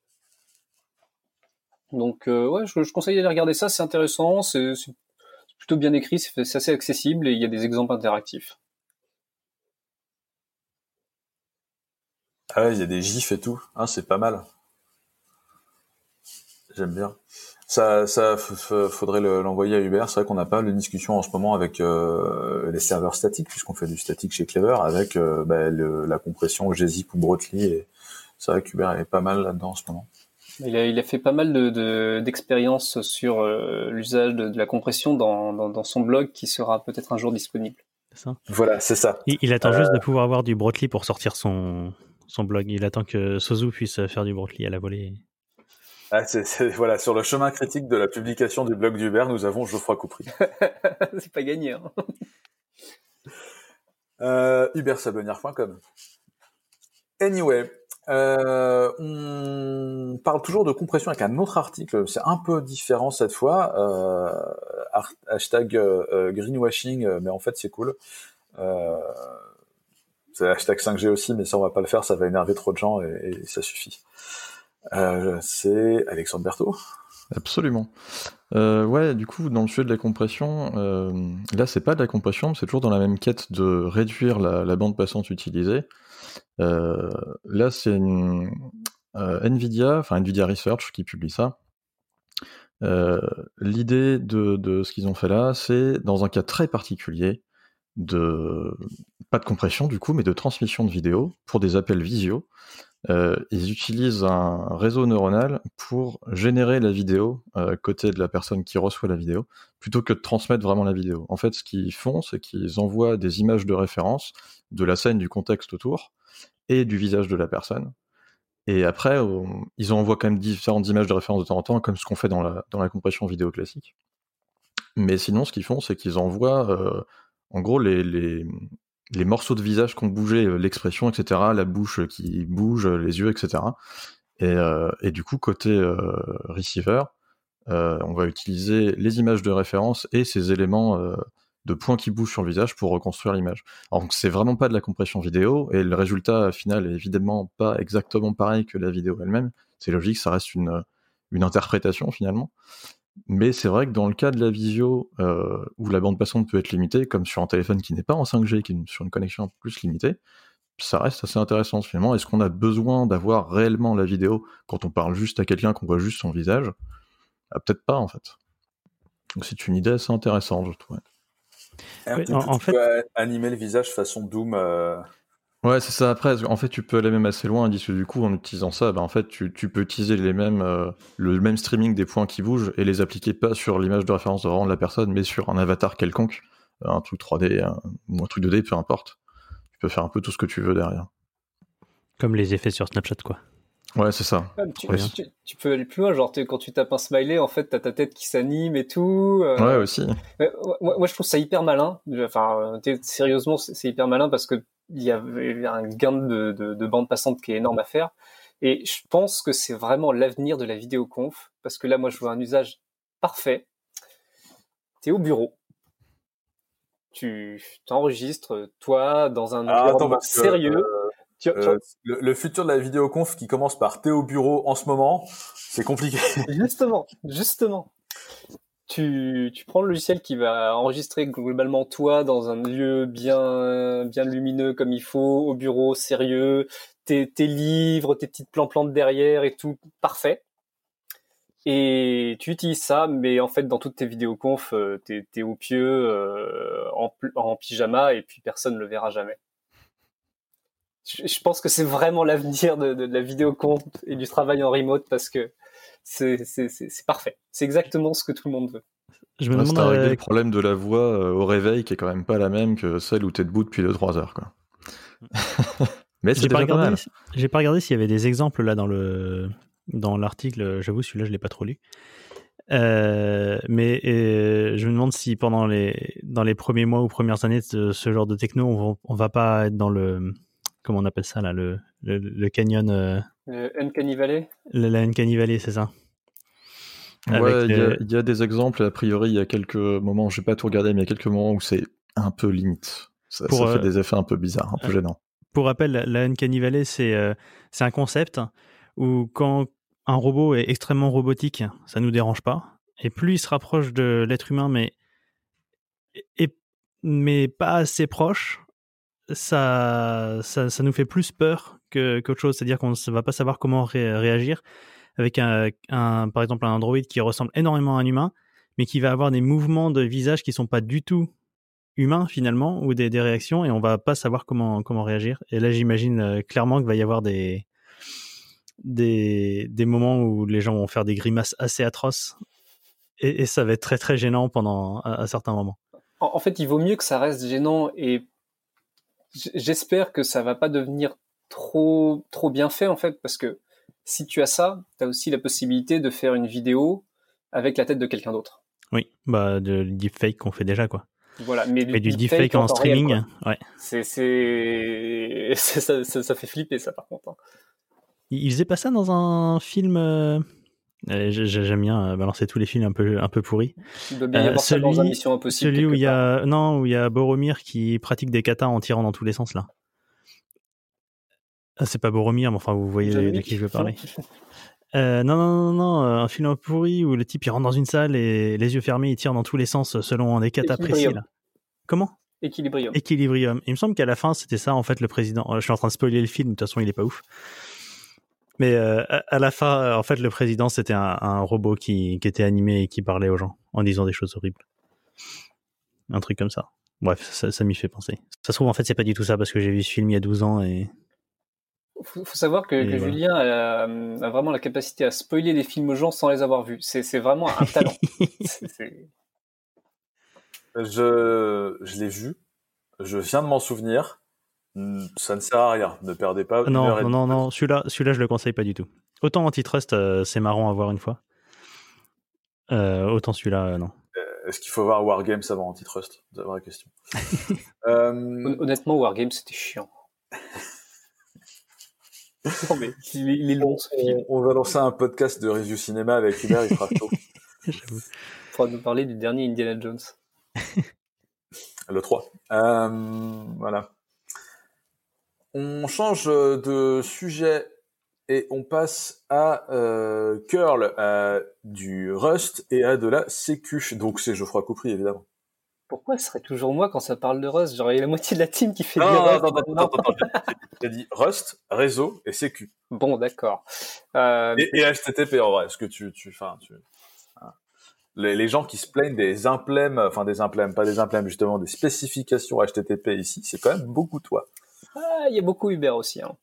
Donc euh, ouais, je, je conseille d'aller regarder ça, c'est intéressant, c'est, c'est plutôt bien écrit, c'est, c'est assez accessible et il y a des exemples interactifs. Ah ouais, il y a des gifs et tout. Hein, c'est pas mal. j'aime bien. Ça, ça f- f- faudrait le- l'envoyer à Uber. C'est vrai qu'on n'a pas de discussion en ce moment avec euh, les serveurs statiques, puisqu'on fait du statique chez Clever, avec euh, bah, le, la compression gzip ou Brotli. Et c'est vrai qu'Uber est pas mal là-dedans en ce moment. Il a, il a fait pas mal de, de, d'expériences sur euh, l'usage de, de la compression dans, dans, dans son blog qui sera peut-être un jour disponible. C'est ça. Voilà, c'est ça. Il, il attend Euh, juste de pouvoir avoir du Brotli pour sortir son, son blog. Il attend que Sozu puisse faire du Brotli à la volée. Ah, c'est, c'est, voilà, sur le chemin critique de la publication du blog d'Uber, nous avons Geoffroy Coupry. C'est pas gagné. Hein. Euh, uber sablonnière point com. Anyway, euh, on parle toujours de compression avec un autre article. C'est un peu différent cette fois. Euh, art- hashtag euh, greenwashing, mais en fait c'est cool. Euh, c'est hashtag cinq G aussi, mais ça on va pas le faire, ça va énerver trop de gens et, et ça suffit. Euh, c'est Alexandre Berthaud. Absolument. Euh, ouais, du coup, dans le sujet de la compression, euh, là, c'est pas de la compression, c'est toujours dans la même quête de réduire la, la bande passante utilisée. Euh, là, c'est une, euh, Nvidia, enfin Nvidia Research qui publie ça. Euh, l'idée de, de ce qu'ils ont fait là, c'est dans un cas très particulier de pas de compression du coup, mais de transmission de vidéo pour des appels visio. Euh, ils utilisent un réseau neuronal pour générer la vidéo euh, côté de la personne qui reçoit la vidéo, plutôt que de transmettre vraiment la vidéo. En fait, ce qu'ils font, c'est qu'ils envoient des images de référence de la scène, du contexte autour, et du visage de la personne. Et après, on, ils envoient quand même différentes images de référence de temps en temps, comme ce qu'on fait dans la, dans la compression vidéo classique. Mais sinon, ce qu'ils font, c'est qu'ils envoient, euh, en gros, les... les les morceaux de visage qui ont bougé, l'expression, et cetera, la bouche qui bouge, les yeux, et cetera. Et, euh, et du coup, côté euh, receiver, euh, on va utiliser les images de référence et ces éléments euh, de points qui bougent sur le visage pour reconstruire l'image. Alors, donc, c'est vraiment pas de la compression vidéo, et le résultat final est évidemment pas exactement pareil que la vidéo elle-même. C'est logique, ça reste une, une interprétation finalement. Mais c'est vrai que dans le cas de la visio, euh, où la bande passante peut être limitée, comme sur un téléphone qui n'est pas en cinq G, qui est sur une connexion un peu plus limitée, ça reste assez intéressant finalement. Est-ce qu'on a besoin d'avoir réellement la vidéo quand on parle juste à quelqu'un, qu'on voit juste son visage? Ah, peut-être pas en fait. Donc c'est une idée assez intéressante, je trouve. Oui, en, en tu fait, peux animer le visage façon Doom. Euh... Ouais, c'est ça. Après, en fait, tu peux aller même assez loin, parce que du coup, en utilisant ça, bah, en fait, tu, tu peux utiliser les mêmes, euh, le même streaming des points qui bougent et les appliquer pas sur l'image de référence de vraiment de la personne, mais sur un avatar quelconque, un truc trois D un, ou un truc deux D, peu importe. Tu peux faire un peu tout ce que tu veux derrière. comme les effets sur Snapchat, quoi. Ouais, c'est ça. Ah, tu, tu, tu peux aller plus loin, genre quand tu tapes un smiley, en fait, t'as ta tête qui s'anime et tout. Euh... Ouais, aussi. Ouais, moi, moi, je trouve ça hyper malin. Enfin, sérieusement, c'est hyper malin parce que il y a un gain de, de, de bande passante qui est énorme à faire. Et je pense que c'est vraiment l'avenir de la vidéoconf, parce que là, moi, je vois un usage parfait. T'es au bureau, tu t'enregistres, toi, dans un ah, environnement attends, sérieux. Euh, tu, euh, tu... le, le futur de la vidéoconf qui commence par t'es au bureau en ce moment, c'est compliqué. Justement, justement. Tu, tu prends le logiciel qui va enregistrer globalement toi dans un lieu bien, bien lumineux comme il faut, au bureau, sérieux, tes, tes livres, tes petites plantes derrière et tout, parfait. Et tu utilises ça, mais en fait, dans toutes tes vidéoconf, t'es, t'es au pieu, euh, en, en pyjama, et puis personne ne le verra jamais. Je, je pense que c'est vraiment l'avenir de, de, de la vidéoconf et du travail en remote, parce que c'est, c'est, c'est, c'est parfait. C'est exactement ce que tout le monde veut. Je me ouais, demande c'est à régler euh... le problème de la voix euh, au réveil, qui est quand même pas la même que celle où t'es debout depuis deux trois heures, quoi. Mais c'est j'ai déjà pas regardé, pas mal. J'ai pas regardé s'il y avait des exemples là dans le dans l'article. J'avoue, celui-là, je l'ai pas trop lu. Euh, mais euh, je me demande si pendant les dans les premiers mois ou premières années de ce genre de techno, on va, on va pas être dans le comment on appelle ça là, le le, le canyon. Euh, le Uncanny Valley. Le, la Uncanny Valley, c'est ça. Ouais, il le... y, y a des exemples. A priori, il y a quelques moments, j'ai pas tout regardé, mais il y a quelques moments où c'est un peu limite. Ça, pour, ça fait euh, des effets un peu bizarres, un peu euh, gênants. Pour rappel, la Uncanny Valley, c'est euh, c'est un concept où quand un robot est extrêmement robotique, ça nous dérange pas. Et plus il se rapproche de l'être humain, mais et, mais pas assez proche, ça, ça, ça nous fait plus peur que, qu'autre chose. C'est-à-dire qu'on ne va pas savoir comment ré- réagir. avec un, un, par exemple un Android qui ressemble énormément à un humain, mais qui va avoir des mouvements de visage qui sont pas du tout humains finalement, ou des, des réactions, et on va pas savoir comment, comment réagir. Et là, j'imagine euh, clairement qu'il va y avoir des, des, des moments où les gens vont faire des grimaces assez atroces, et, et ça va être très très gênant pendant à, à certains moments. En, en fait, il vaut mieux que ça reste gênant, et j'espère que ça va pas devenir trop trop bien fait en fait, parce que si tu as ça, tu as aussi la possibilité de faire une vidéo avec la tête de quelqu'un d'autre. Oui, bah de deepfake qu'on fait déjà quoi. Voilà, mais du, du deepfake en, en streaming, réel, ouais. C'est c'est, c'est ça, ça ça fait flipper ça par contre. Il faisait pas ça dans un film. Euh... J'aime bien balancer tous les films un peu un peu pourris. Il doit bien y avoir euh, celui, ça dans un Mission Impossible. Celui où il y a part. non où il y a Boromir qui pratique des katas en tirant dans tous les sens là. Ah, c'est pas Boromir, mais enfin vous voyez de, de qui je veux parler. euh, non non non non un film pourri où le type il rentre dans une salle et les yeux fermés il tire dans tous les sens selon des katas précis là. Comment? Équilibrium. Équilibrium. Il me semble qu'à la fin c'était ça en fait le président. Je suis en train de spoiler le film, de toute façon il est pas ouf. Mais euh, à la fin, en fait, le président, c'était un, un robot qui, qui était animé et qui parlait aux gens en disant des choses horribles. Un truc comme ça. Bref, ça, ça m'y fait penser. Ça se trouve, en fait, c'est pas du tout ça parce que j'ai vu ce film il y a douze ans et... Faut, faut savoir que, que voilà. Julien a, a vraiment la capacité à spoiler les films aux gens sans les avoir vus. C'est, c'est vraiment un talent. c'est, c'est... Je, je l'ai vu. Je viens de m'en souvenir. Ça ne sert à rien, ne perdez pas une non, heure et non, non, non, celui-là, celui-là, je le conseille pas du tout. Autant Antitrust, euh, c'est marrant à voir une fois. Euh, autant celui-là, euh, non. Est-ce qu'il faut voir Wargames avant Antitrust? C'est la vraie question. euh... Honnêtement, Wargames, c'était chiant. non, mais il est long, ce film. On, on va lancer un podcast de review cinéma avec Hubert, il fera chaud. J'avoue. Il faudra nous parler du dernier Indiana Jones. Le trois. Euh, voilà. On change de sujet et on passe à euh, Curl, à du Rust et à de la Sécu. Donc c'est Geoffroy Coupry, évidemment. Pourquoi ce serait toujours moi quand ça parle de Rust? Genre, il y a la moitié de la team qui fait non, du non, Rust. Non, non, non, non, non. J'ai dit Rust, réseau et Sécu. Bon, d'accord. Euh... Et, et H T T P, en vrai. Est-ce que tu... tu, enfin, tu... Les, les gens qui se plaignent des implèmes, enfin des implèmes, pas des implèmes, justement, des spécifications H T T P ici, c'est quand même beaucoup toi. Ah, il y a beaucoup Uber aussi. Hein.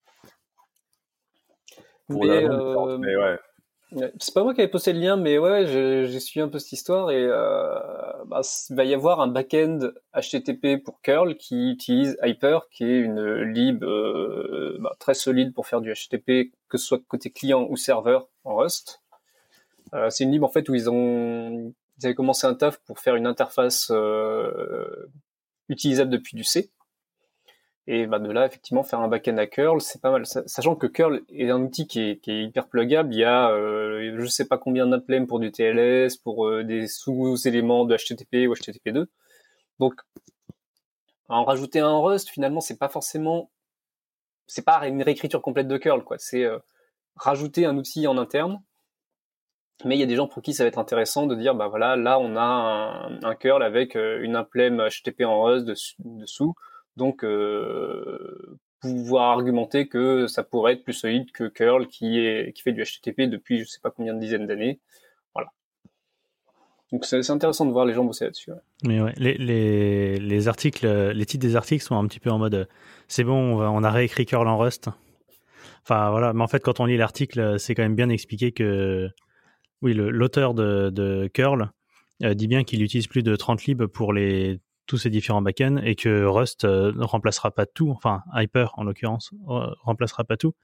Pour mais, la euh... mais ouais. C'est pas moi qui avais posté le lien, mais ouais, j'ai, j'ai suivi un peu cette histoire et euh, bah, il va y avoir un back-end H T T P pour curl qui utilise Hyper, qui est une lib euh, bah, très solide pour faire du H T T P, que ce soit côté client ou serveur en Rust. Euh, c'est une lib en fait où ils ont ils avaient commencé un taf pour faire une interface euh, utilisable depuis du C. Et bah de là, effectivement, faire un back-end à curl, c'est pas mal. Sachant que curl est un outil qui est, qui est hyper pluggable. Il y a, euh, je sais pas combien d'implèmes pour du T L S, pour euh, des sous-éléments de H T T P ou H T T P deux. Donc, en rajouter un en Rust, finalement, c'est pas forcément, c'est pas une réécriture complète de curl, quoi. C'est euh, rajouter un outil en interne. Mais il y a des gens pour qui ça va être intéressant de dire, bah voilà, là, on a un, un curl avec une implème H T T P en Rust dessous. dessous. Donc, euh, pouvoir argumenter que ça pourrait être plus solide que curl qui est qui fait du H T T P depuis je sais pas combien de dizaines d'années. Voilà. Donc c'est, c'est intéressant de voir les gens bosser là-dessus. Ouais. Mais ouais, les, les les articles, les titres des articles sont un petit peu en mode c'est bon, on, va, on a réécrit curl en Rust. Enfin voilà, mais en fait quand on lit l'article, c'est quand même bien expliqué que oui, le, l'auteur de, de curl euh, dit bien qu'il utilise plus de trente libs pour les tous ces différents backends et que Rust euh, ne remplacera pas tout, enfin Hyper en l'occurrence euh, remplacera pas tout,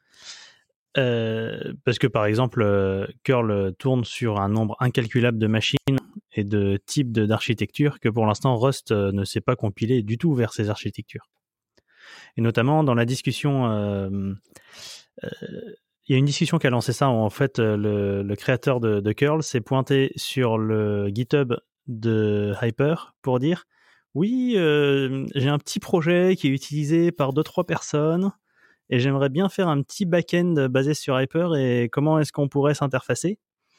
euh, parce que par exemple euh, curl tourne sur un nombre incalculable de machines et de types de, d'architecture que pour l'instant Rust euh, ne sait pas compiler du tout vers ces architectures. Et notamment dans la discussion, euh, euh, il y a une discussion qui a lancé ça où en fait le, le créateur de, de curl s'est pointé sur le GitHub de Hyper pour dire oui, euh, j'ai un petit projet qui est utilisé par deux trois personnes et j'aimerais bien faire un petit back-end basé sur Hyper et comment est-ce qu'on pourrait s'interfacer.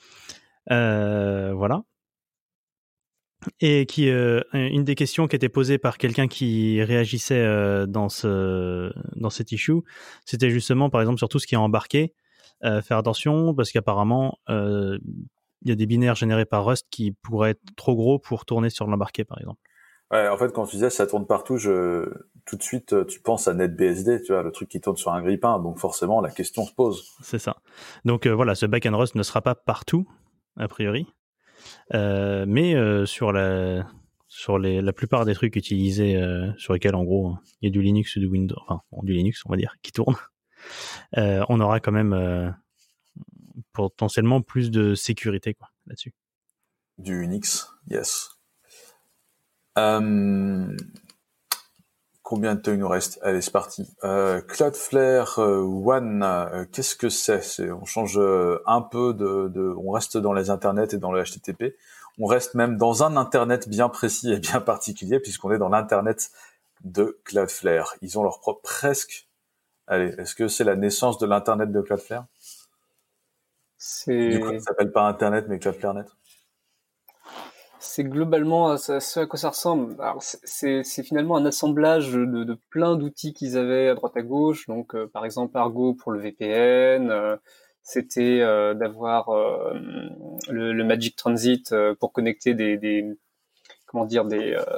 Euh, voilà. Et qui, euh, une des questions qui était posée par quelqu'un qui réagissait euh, dans ce dans cet issue, c'était justement par exemple sur tout ce qui est embarqué. euh, faire attention parce qu'apparemment, il euh, y a des binaires générés par Rust qui pourraient être trop gros pour tourner sur l'embarqué, par exemple. Ouais, en fait, quand tu disais ça tourne partout, je tout de suite tu penses à NetBSD, tu vois, le truc qui tourne sur un grille-pain, donc forcément la question se pose. C'est ça. Donc euh, voilà, ce backend Rust ne sera pas partout, a priori, euh, mais euh, sur la sur les la plupart des trucs utilisés euh, sur lesquels en gros il y a du Linux ou du Windows, enfin bon, du Linux on va dire qui tourne, euh, on aura quand même euh, potentiellement plus de sécurité quoi là-dessus. Du Unix, yes. Euh, combien de temps il nous reste? Allez, c'est parti. Euh, Cloudflare euh, One, euh, qu'est-ce que c'est? c'est On change euh, un peu de, de... On reste dans les internets et dans le H T T P. On reste même dans un internet bien précis et bien particulier puisqu'on est dans l'internet de Cloudflare. Ils ont leur propre presque... Allez, est-ce que c'est la naissance de l'internet de Cloudflare? C'est... Du coup, ça s'appelle pas internet mais CloudflareNet. C'est globalement à ce à quoi ça ressemble. Alors c'est, c'est finalement un assemblage de, de plein d'outils qu'ils avaient à droite à gauche. Donc euh, par exemple Argo pour le V P N, euh, c'était euh, d'avoir euh, le, le Magic Transit euh, pour connecter des, des comment dire des. Euh...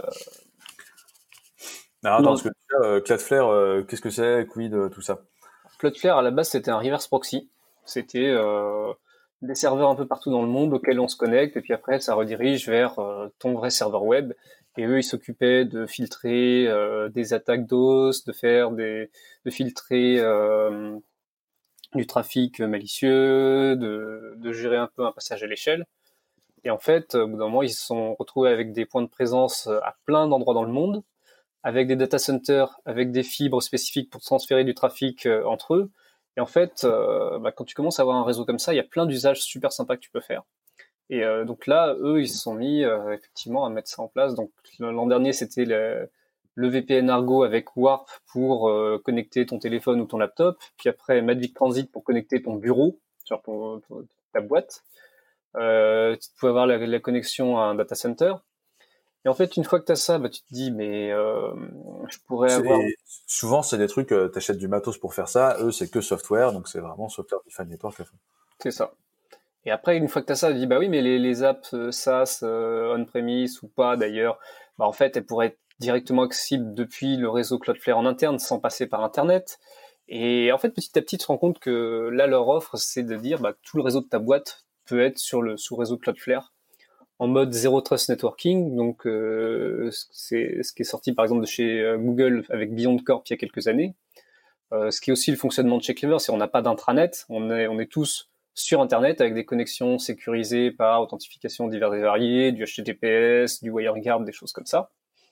Alors, attends, parce que euh, Cloudflare, euh, qu'est-ce que c'est, quid, euh, tout ça? Cloudflare à la base c'était un reverse proxy. C'était euh, des serveurs un peu partout dans le monde auxquels on se connecte et puis après ça redirige vers euh, ton vrai serveur web et eux ils s'occupaient de filtrer euh, des attaques D O S, de faire des de filtrer euh, du trafic malicieux, de, de gérer un peu un passage à l'échelle. Et en fait au bout d'un moment ils se sont retrouvés avec des points de présence à plein d'endroits dans le monde, avec des data centers, avec des fibres spécifiques pour transférer du trafic euh, entre eux. Et en fait, euh, bah, quand tu commences à avoir un réseau comme ça, il y a plein d'usages super sympas que tu peux faire. Et euh, donc là, eux, ils se sont mis euh, effectivement à mettre ça en place. Donc l'an dernier, c'était le, le V P N Argo avec Warp pour euh, connecter ton téléphone ou ton laptop. Puis après, Magic Transit pour connecter ton bureau, sur ton, ton, ta boîte. Euh, tu peux avoir la, la connexion à un data center. Et en fait, une fois que tu as ça, bah, tu te dis, mais euh, je pourrais c'est, avoir... Souvent, c'est des trucs, euh, tu achètes du matos pour faire ça. Eux, c'est que software, donc c'est vraiment Software Defined Network. C'est ça. Et après, une fois que tu as ça, tu dis, bah oui, mais les, les apps euh, SaaS, euh, on-premise ou pas d'ailleurs, bah en fait, elles pourraient être directement accessibles depuis le réseau Cloudflare en interne sans passer par Internet. Et en fait, petit à petit, tu te rends compte que là, leur offre, c'est de dire, bah, tout le réseau de ta boîte peut être sur le sous-réseau Cloudflare en mode Zero Trust Networking. Donc, euh, c'est ce qui est sorti, par exemple, de chez euh, Google avec BeyondCorp il y a quelques années. Euh, ce qui est aussi le fonctionnement de chez Clever, c'est qu'on n'a pas d'intranet, on est, on est tous sur Internet avec des connexions sécurisées par authentification diverses et variées, du H T T P S, du WireGuard, des choses comme ça.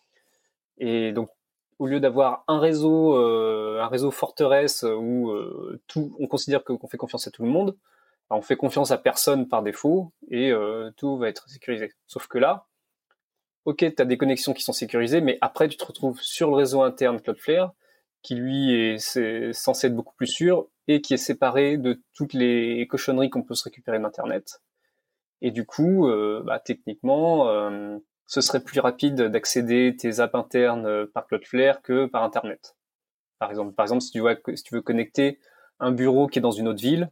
Et donc, au lieu d'avoir un réseau, euh, un réseau forteresse où euh, tout, on considère que, qu'on fait confiance à tout le monde, on fait confiance à personne par défaut et euh, tout va être sécurisé. Sauf que là, ok, tu as des connexions qui sont sécurisées, mais après tu te retrouves sur le réseau interne Cloudflare qui lui est c'est, censé être beaucoup plus sûr et qui est séparé de toutes les cochonneries qu'on peut se récupérer d'Internet. Et du coup, euh, bah, techniquement, euh, ce serait plus rapide d'accéder tes apps internes par Cloudflare que par Internet. Par exemple, par exemple, si tu veux, si tu veux connecter un bureau qui est dans une autre ville,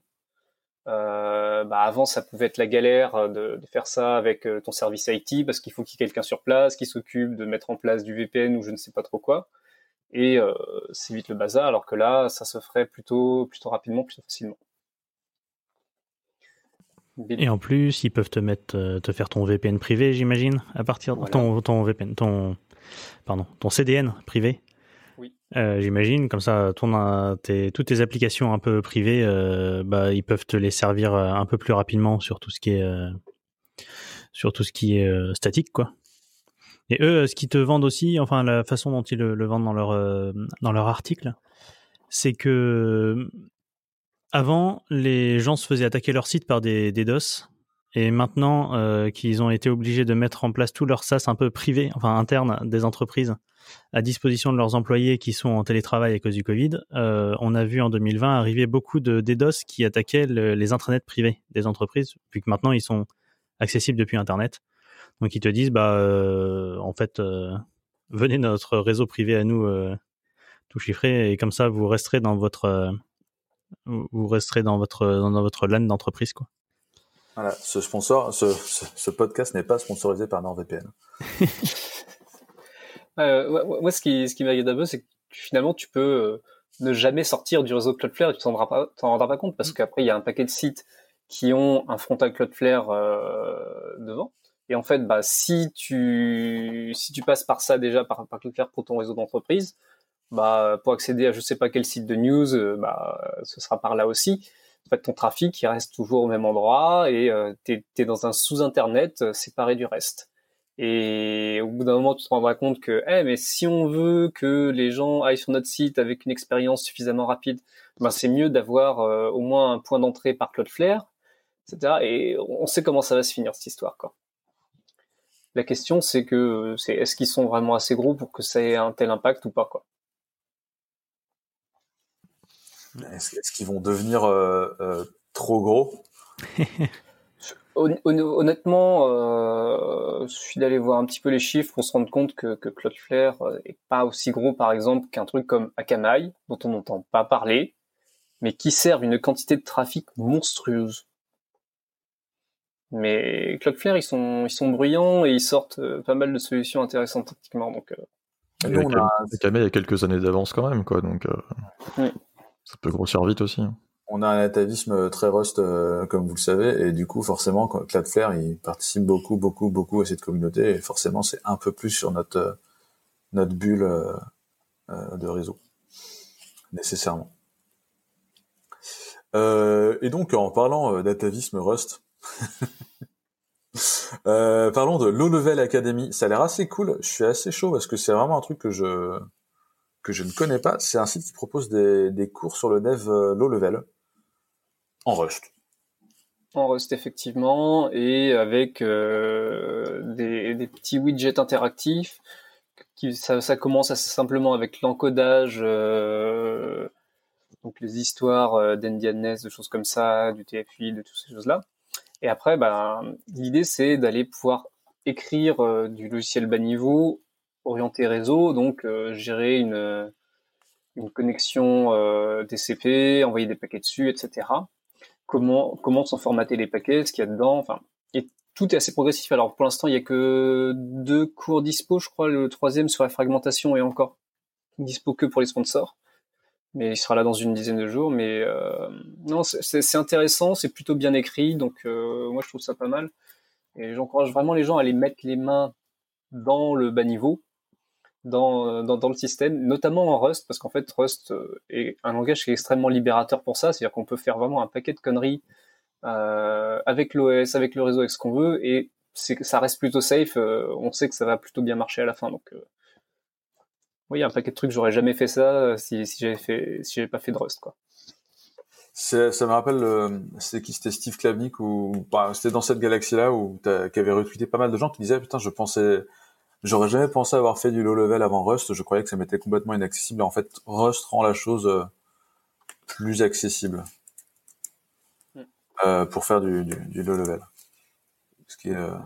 Euh, bah avant ça pouvait être la galère de, de faire ça avec ton service I T parce qu'il faut qu'il y ait quelqu'un sur place qui s'occupe de mettre en place du V P N ou je ne sais pas trop quoi et euh, c'est vite le bazar alors que là ça se ferait plutôt plutôt rapidement, plutôt facilement. Et en plus ils peuvent te mettre te faire ton V P N privé, j'imagine, à partir de voilà. ton ton V P N ton pardon ton C D N privé. Oui. Euh, j'imagine, comme ça, ton, tes, toutes tes applications un peu privées, euh, bah, ils peuvent te les servir un peu plus rapidement sur tout ce qui est, euh, sur tout ce qui est euh, statique, quoi. Et eux, ce qu'ils te vendent aussi, enfin la façon dont ils le, le vendent dans leur euh, dans leur article, c'est que avant, les gens se faisaient attaquer leur site par des, des DOS. Et maintenant euh, qu'ils ont été obligés de mettre en place tout leur SaaS un peu privé, enfin interne des entreprises, à disposition de leurs employés qui sont en télétravail à cause du Covid, euh, on a vu en deux mille vingt arriver beaucoup de DDoS qui attaquaient le, les intranets privés des entreprises, vu que maintenant ils sont accessibles depuis Internet. Donc ils te disent, bah euh, en fait, euh, venez notre réseau privé à nous, euh, tout chiffré, et comme ça vous resterez dans votre euh, vous resterez dans votre dans votre LAN d'entreprise, quoi. Voilà, ce sponsor, ce, ce, ce podcast n'est pas sponsorisé par NordVPN. euh, moi, ce qui, ce qui m'agace un peu, c'est que finalement, tu peux euh, ne jamais sortir du réseau Cloudflare et tu t'en rendras pas, t'en rendras pas compte parce mmh. qu'après, il y a un paquet de sites qui ont un frontal Cloudflare euh, devant. Et en fait, bah, si tu, si tu passes par ça déjà, par, par Cloudflare pour ton réseau d'entreprise, bah, pour accéder à je sais pas quel site de news, euh, bah, ce sera par là aussi. En fait, ton trafic, il reste toujours au même endroit et euh, t'es, t'es dans un sous-internet euh, séparé du reste. Et au bout d'un moment, tu te rendras compte que, eh, mais si on veut que les gens aillent sur notre site avec une expérience suffisamment rapide, ben c'est mieux d'avoir euh, au moins un point d'entrée par Cloudflare, et cetera. Et on sait comment ça va se finir cette histoire, quoi. La question, c'est que, c'est est-ce qu'ils sont vraiment assez gros pour que ça ait un tel impact ou pas, quoi. Est-ce, est-ce qu'ils vont devenir euh, euh, trop gros? Honnêtement, euh, il suffit d'aller voir un petit peu les chiffres pour se rendre compte que, que Cloudflare est pas aussi gros, par exemple, qu'un truc comme Akamai, dont on n'entend pas parler, mais qui sert une quantité de trafic monstrueuse. Mais Cloudflare, ils sont, ils sont bruyants et ils sortent pas mal de solutions intéressantes techniquement. Donc, euh... Nous, on a... Akamai a quelques années d'avance quand même, quoi. Donc, euh... oui. Ça peut grossir vite aussi. Hein. On a un atavisme très Rust, euh, comme vous le savez, et du coup, forcément, Cloudflare, il participe beaucoup, beaucoup, beaucoup à cette communauté, et forcément, c'est un peu plus sur notre euh, notre bulle euh, euh, de réseau, nécessairement. Euh, et donc, en parlant d'atavisme Rust, euh, parlons de Low Level Academy. Ça a l'air assez cool. Je suis assez chaud parce que c'est vraiment un truc que je que je ne connais pas. C'est un site qui propose des, des cours sur le dev Low Level. En Rust. En Rust, effectivement, et avec euh, des, des petits widgets interactifs. Qui, ça, ça commence assez simplement avec l'encodage, euh, donc les histoires euh, d'Indian Nest, de choses comme ça, du T F huit, de toutes ces choses-là. Et après, ben, l'idée, c'est d'aller pouvoir écrire euh, du logiciel bas niveau, orienté réseau, donc euh, gérer une, une connexion euh, T C P, envoyer des paquets dessus, et cetera. Comment, comment sont formatés les paquets, ce qu'il y a dedans, enfin, et tout est assez progressif. Alors, pour l'instant, il y a que deux cours dispo, je crois, le troisième sur la fragmentation est encore dispo que pour les sponsors. Mais il sera là dans une dizaine de jours. Mais euh, non, c'est, c'est intéressant, c'est plutôt bien écrit, donc euh, moi, je trouve ça pas mal. Et j'encourage vraiment les gens à aller mettre les mains dans le bas niveau, Dans, dans, dans le système, notamment en Rust, parce qu'en fait, Rust est un langage qui est extrêmement libérateur pour ça, c'est-à-dire qu'on peut faire vraiment un paquet de conneries euh, avec l'O S, avec le réseau, avec ce qu'on veut, et c'est, ça reste plutôt safe, euh, on sait que ça va plutôt bien marcher à la fin, donc euh, oui, il y a un paquet de trucs, j'aurais jamais fait ça si, si j'avais fait, si j'avais pas fait de Rust, quoi. C'est, ça me rappelle, euh, c'était qui, c'était Steve Klabnik, ou bah, c'était dans cette galaxie-là où t'as, qui avait retweeté pas mal de gens qui disaient, putain, je pensais... J'aurais jamais pensé avoir fait du low level avant Rust. Je croyais que ça m'était complètement inaccessible. En fait, Rust rend la chose euh, plus accessible mm. euh, pour faire du, du, du low level. Ce qui est, euh...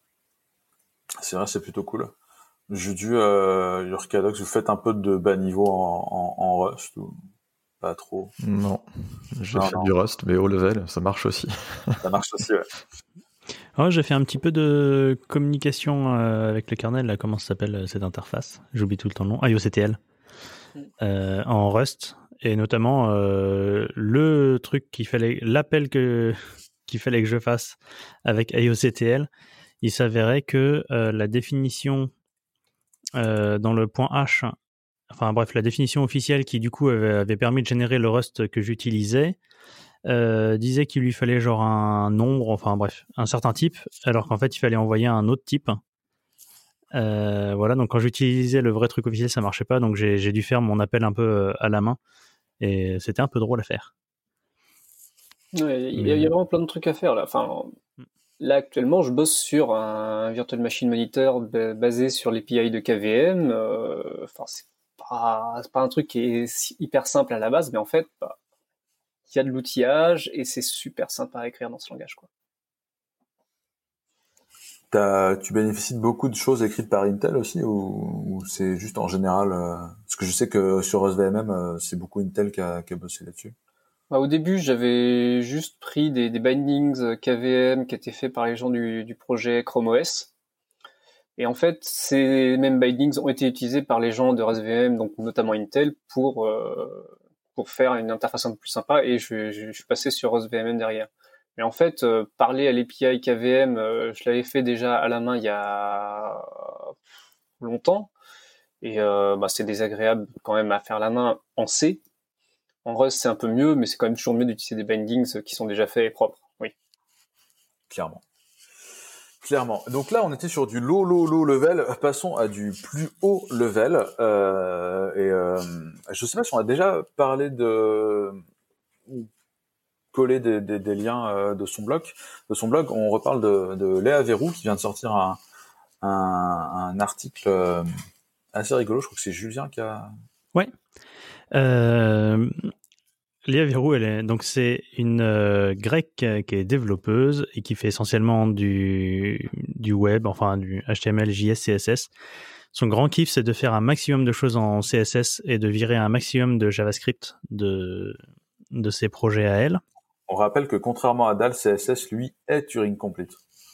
c'est vrai, c'est plutôt cool. Judu, euh, Yurkadox, vous faites un peu de bas niveau en, en, en Rust ou pas trop? Non, j'ai non, fait non. du Rust, mais haut level, ça marche aussi. Ça marche aussi, ouais. Oh, j'ai fait un petit peu de communication euh, avec le kernel, là, comment ça s'appelle cette interface? J'oublie tout le temps le nom. I O C T L. Euh, en Rust. Et notamment, euh, le truc qu'il fallait, l'appel que, qu'il fallait que je fasse avec I O C T L, il s'avérait que euh, la définition euh, dans le point H, enfin bref, la définition officielle qui du coup avait, avait permis de générer le Rust que j'utilisais, Euh, disait qu'il lui fallait genre un nombre, enfin bref, un certain type, alors qu'en fait il fallait envoyer un autre type. Euh, voilà, donc quand j'utilisais le vrai truc officiel, ça marchait pas, donc j'ai, j'ai dû faire mon appel un peu à la main, et c'était un peu drôle à faire. Ouais, il y, y a vraiment plein de trucs à faire là. Enfin, là actuellement, je bosse sur un Virtual Machine Monitor basé sur l'A P I de K V M. Euh, enfin, c'est pas, c'est pas un truc qui est hyper simple à la base, mais en fait, bah, il y a de l'outillage et c'est super sympa à écrire dans ce langage, quoi. T'as, tu bénéficies de beaucoup de choses écrites par Intel aussi, ou, ou c'est juste en général euh, parce que je sais que sur RustVMM, euh, c'est beaucoup Intel qui a, qui a bossé là-dessus. Bah, au début, j'avais juste pris des, des bindings K V M qui étaient faits par les gens du, du projet Chrome O S. Et en fait, ces mêmes bindings ont été utilisés par les gens de R A S V M, donc notamment Intel, pour euh, pour faire une interface un peu plus sympa. Et je, je, je suis passé sur R A S V M derrière. Mais en fait, euh, parler à l'A P I K V M, euh, je l'avais fait déjà à la main il y a longtemps. Et euh, bah, c'est désagréable quand même à faire à la main en C. En Rust, c'est un peu mieux, mais c'est quand même toujours mieux d'utiliser des bindings qui sont déjà faits et propres. Oui. Clairement. Clairement. Donc là, on était sur du low, low, low level. Passons à du plus haut level. Euh, et euh, je sais pas si on a déjà parlé de coller des, des, des liens euh, de son blog. De son blog, on reparle de, de Léa Verrou qui vient de sortir un, un, un article euh, assez rigolo. Je crois que c'est Julien qui a. Ouais. Euh... Léa Verrou, elle est, donc c'est une euh, grecque euh, qui est développeuse et qui fait essentiellement du, du web, enfin du H T M L, J S, C S S. Son grand kiff, c'est de faire un maximum de choses en C S S et de virer un maximum de JavaScript de, de ses projets à elle. On rappelle que contrairement à Dal, C S S, lui, est Turing Complete.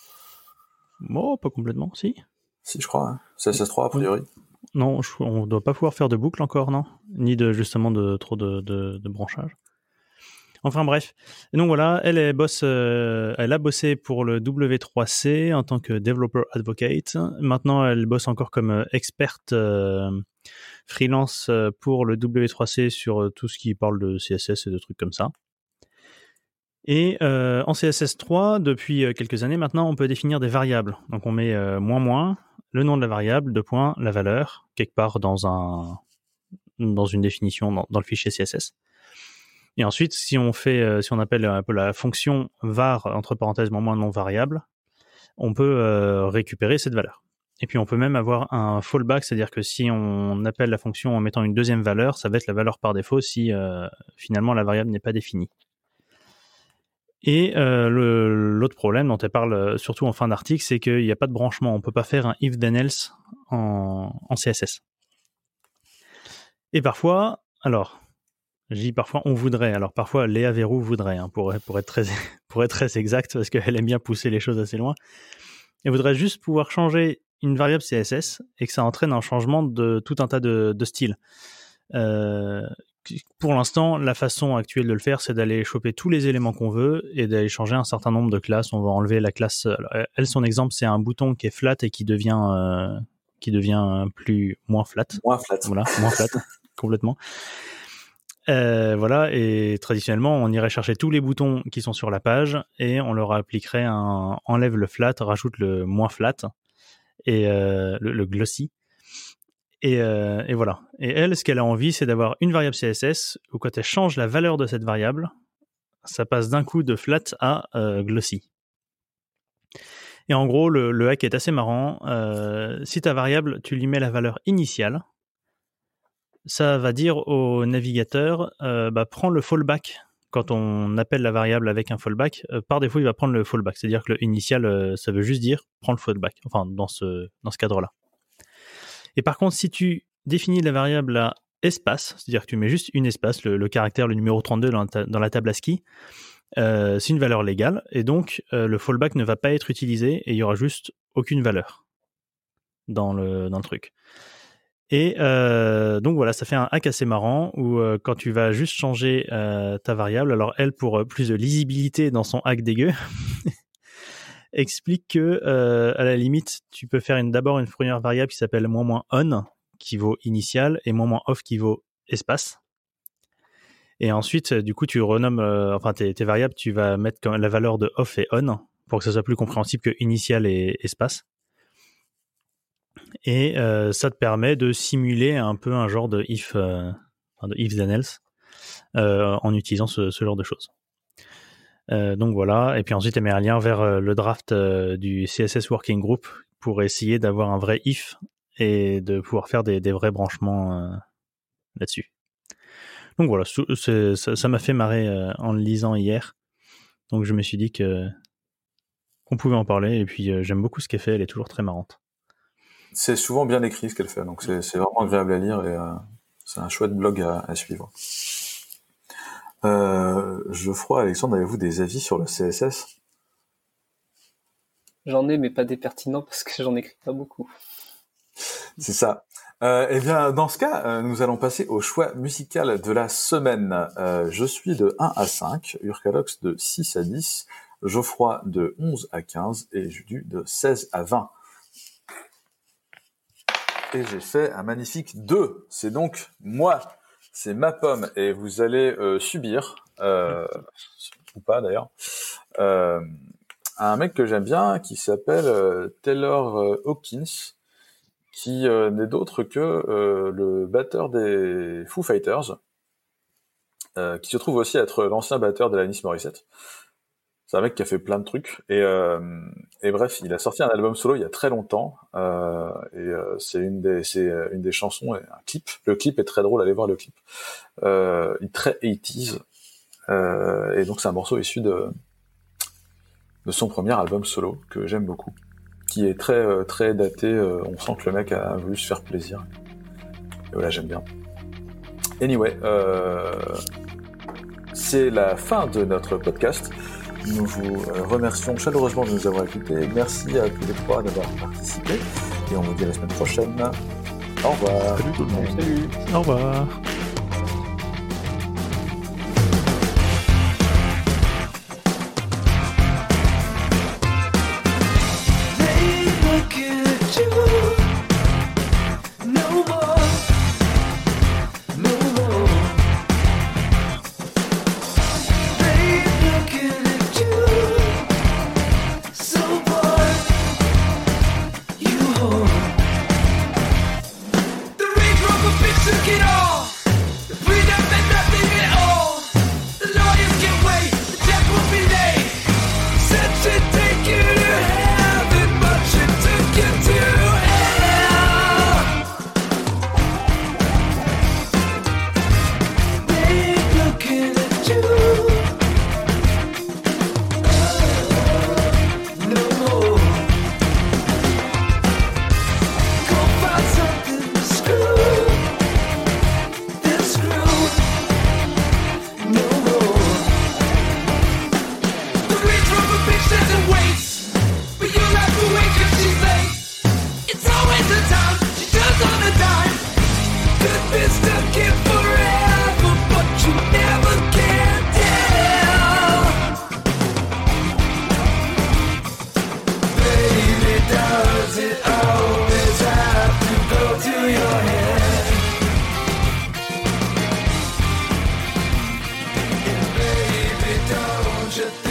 Oh, pas complètement, si. Si, je crois. Hein. C S S trois, a priori. Non, je, on ne doit pas pouvoir faire de boucle encore, non? Ni de justement de trop de, de, de branchage. Enfin bref. Et donc voilà, elle, est bosse, euh, elle a bossé pour le W trois C en tant que Developer Advocate. Maintenant, elle bosse encore comme experte euh, freelance pour le W trois C sur tout ce qui parle de C S S et de trucs comme ça. Et euh, en C S S trois, depuis quelques années maintenant, on peut définir des variables. Donc on met euh, moins moins, le nom de la variable, deux points, la valeur, quelque part dans un dans une définition dans, dans le fichier C S S. Et ensuite, si on fait, euh, si on appelle un peu la fonction var entre parenthèses moins moins non variable, on peut euh, récupérer cette valeur. Et puis on peut même avoir un fallback, c'est-à-dire que si on appelle la fonction en mettant une deuxième valeur, ça va être la valeur par défaut si euh, finalement la variable n'est pas définie. Et euh, le, l'autre problème dont elle parle surtout en fin d'article, c'est qu'il n'y a pas de branchement. On ne peut pas faire un if then else en, en C S S. Et parfois, alors, je dis parfois on voudrait, alors parfois Léa Verrou voudrait, hein, pour, pour, être très, pour être très exact, parce qu'elle aime bien pousser les choses assez loin. Elle voudrait juste pouvoir changer une variable C S S et que ça entraîne un changement de tout un tas de, de styles. Euh, pour l'instant, la façon actuelle de le faire, c'est d'aller choper tous les éléments qu'on veut et d'aller changer un certain nombre de classes. On va enlever la classe. Alors, elle, son exemple, c'est un bouton qui est flat et qui devient euh, qui devient plus moins flat. Moins flat. Voilà, moins flat, complètement. Euh, voilà, et traditionnellement, on irait chercher tous les boutons qui sont sur la page et on leur appliquerait un enlève le flat, rajoute le moins flat et euh, le, le glossy. Et, euh, et voilà. Et elle, ce qu'elle a envie, c'est d'avoir une variable C S S où quand elle change la valeur de cette variable, ça passe d'un coup de flat à euh, glossy. Et en gros, le, le hack est assez marrant. Euh, si ta variable, tu lui mets la valeur initiale, ça va dire au navigateur, euh, bah, prends le fallback. Quand on appelle la variable avec un fallback, euh, par défaut, il va prendre le fallback. C'est-à-dire que le initial, euh, ça veut juste dire prends le fallback. Enfin, dans ce, dans ce cadre-là. Et par contre, si tu définis la variable à espace, c'est-à-dire que tu mets juste une espace, le, le caractère, le numéro trente-deux dans la, dans la table ASCII, euh, c'est une valeur légale, et donc euh, le fallback ne va pas être utilisé, et il y aura juste aucune valeur dans le, dans le truc. Et euh, donc voilà, ça fait un hack assez marrant, où euh, quand tu vas juste changer euh, ta variable, alors elle, pour euh, plus de lisibilité dans son hack dégueu, explique que euh, à la limite, tu peux faire une, d'abord une première variable qui s'appelle moins moins on, qui vaut initial, et moins moins off qui vaut espace. Et ensuite, du coup, tu renommes, euh, enfin tes, tes variables, tu vas mettre comme la valeur de off et on pour que ça soit plus compréhensible que initial et espace. Et euh, ça te permet de simuler un peu un genre de if, euh, enfin de if then else euh, en utilisant ce, ce genre de choses. Euh, donc voilà, et puis ensuite elle met un lien vers euh, le draft euh, du C S S Working Group pour essayer d'avoir un vrai if et de pouvoir faire des, des vrais branchements euh, là-dessus. Donc voilà, c'est, ça, ça m'a fait marrer euh, en le lisant hier, donc je me suis dit que qu'on pouvait en parler, et puis euh, j'aime beaucoup ce qu'elle fait, elle est toujours très marrante. C'est souvent bien écrit ce qu'elle fait, donc c'est, c'est vraiment agréable à lire et euh, c'est un chouette blog à, à suivre. Euh, Geoffroy, Alexandre, avez-vous des avis sur le C S S ? J'en ai, mais pas des pertinents parce que j'en écris pas beaucoup. C'est ça. Euh, eh bien, dans ce cas, euh, nous allons passer au choix musical de la semaine. Euh, je suis de un à cinq, Urkalox de six à dix, Geoffroy de onze à quinze et Judu de seize à vingt. Et j'ai fait un magnifique deux. C'est donc moi, c'est ma pomme, et vous allez euh, subir, euh, ou pas d'ailleurs, euh, un mec que j'aime bien qui s'appelle euh, Taylor euh, Hawkins, qui euh, n'est d'autre que euh, le batteur des Foo Fighters, euh, qui se trouve aussi être l'ancien batteur de Alanis Morissette. C'est un mec qui a fait plein de trucs, et, euh, et bref, il a sorti un album solo il y a très longtemps, euh, et euh, c'est une des c'est une des chansons, et un clip. Le clip est très drôle, allez voir le clip. Euh, il est très eighties, euh, et donc c'est un morceau issu de de son premier album solo que j'aime beaucoup, qui est très très daté. Euh, on sent que le mec a voulu se faire plaisir. Et voilà, j'aime bien. Anyway, euh, c'est la fin de notre podcast. Nous vous remercions chaleureusement de nous avoir écoutés. Merci à tous les trois d'avoir participé. Et on vous dit à la semaine prochaine. Au revoir. Salut tout le monde. Salut. Au revoir. Je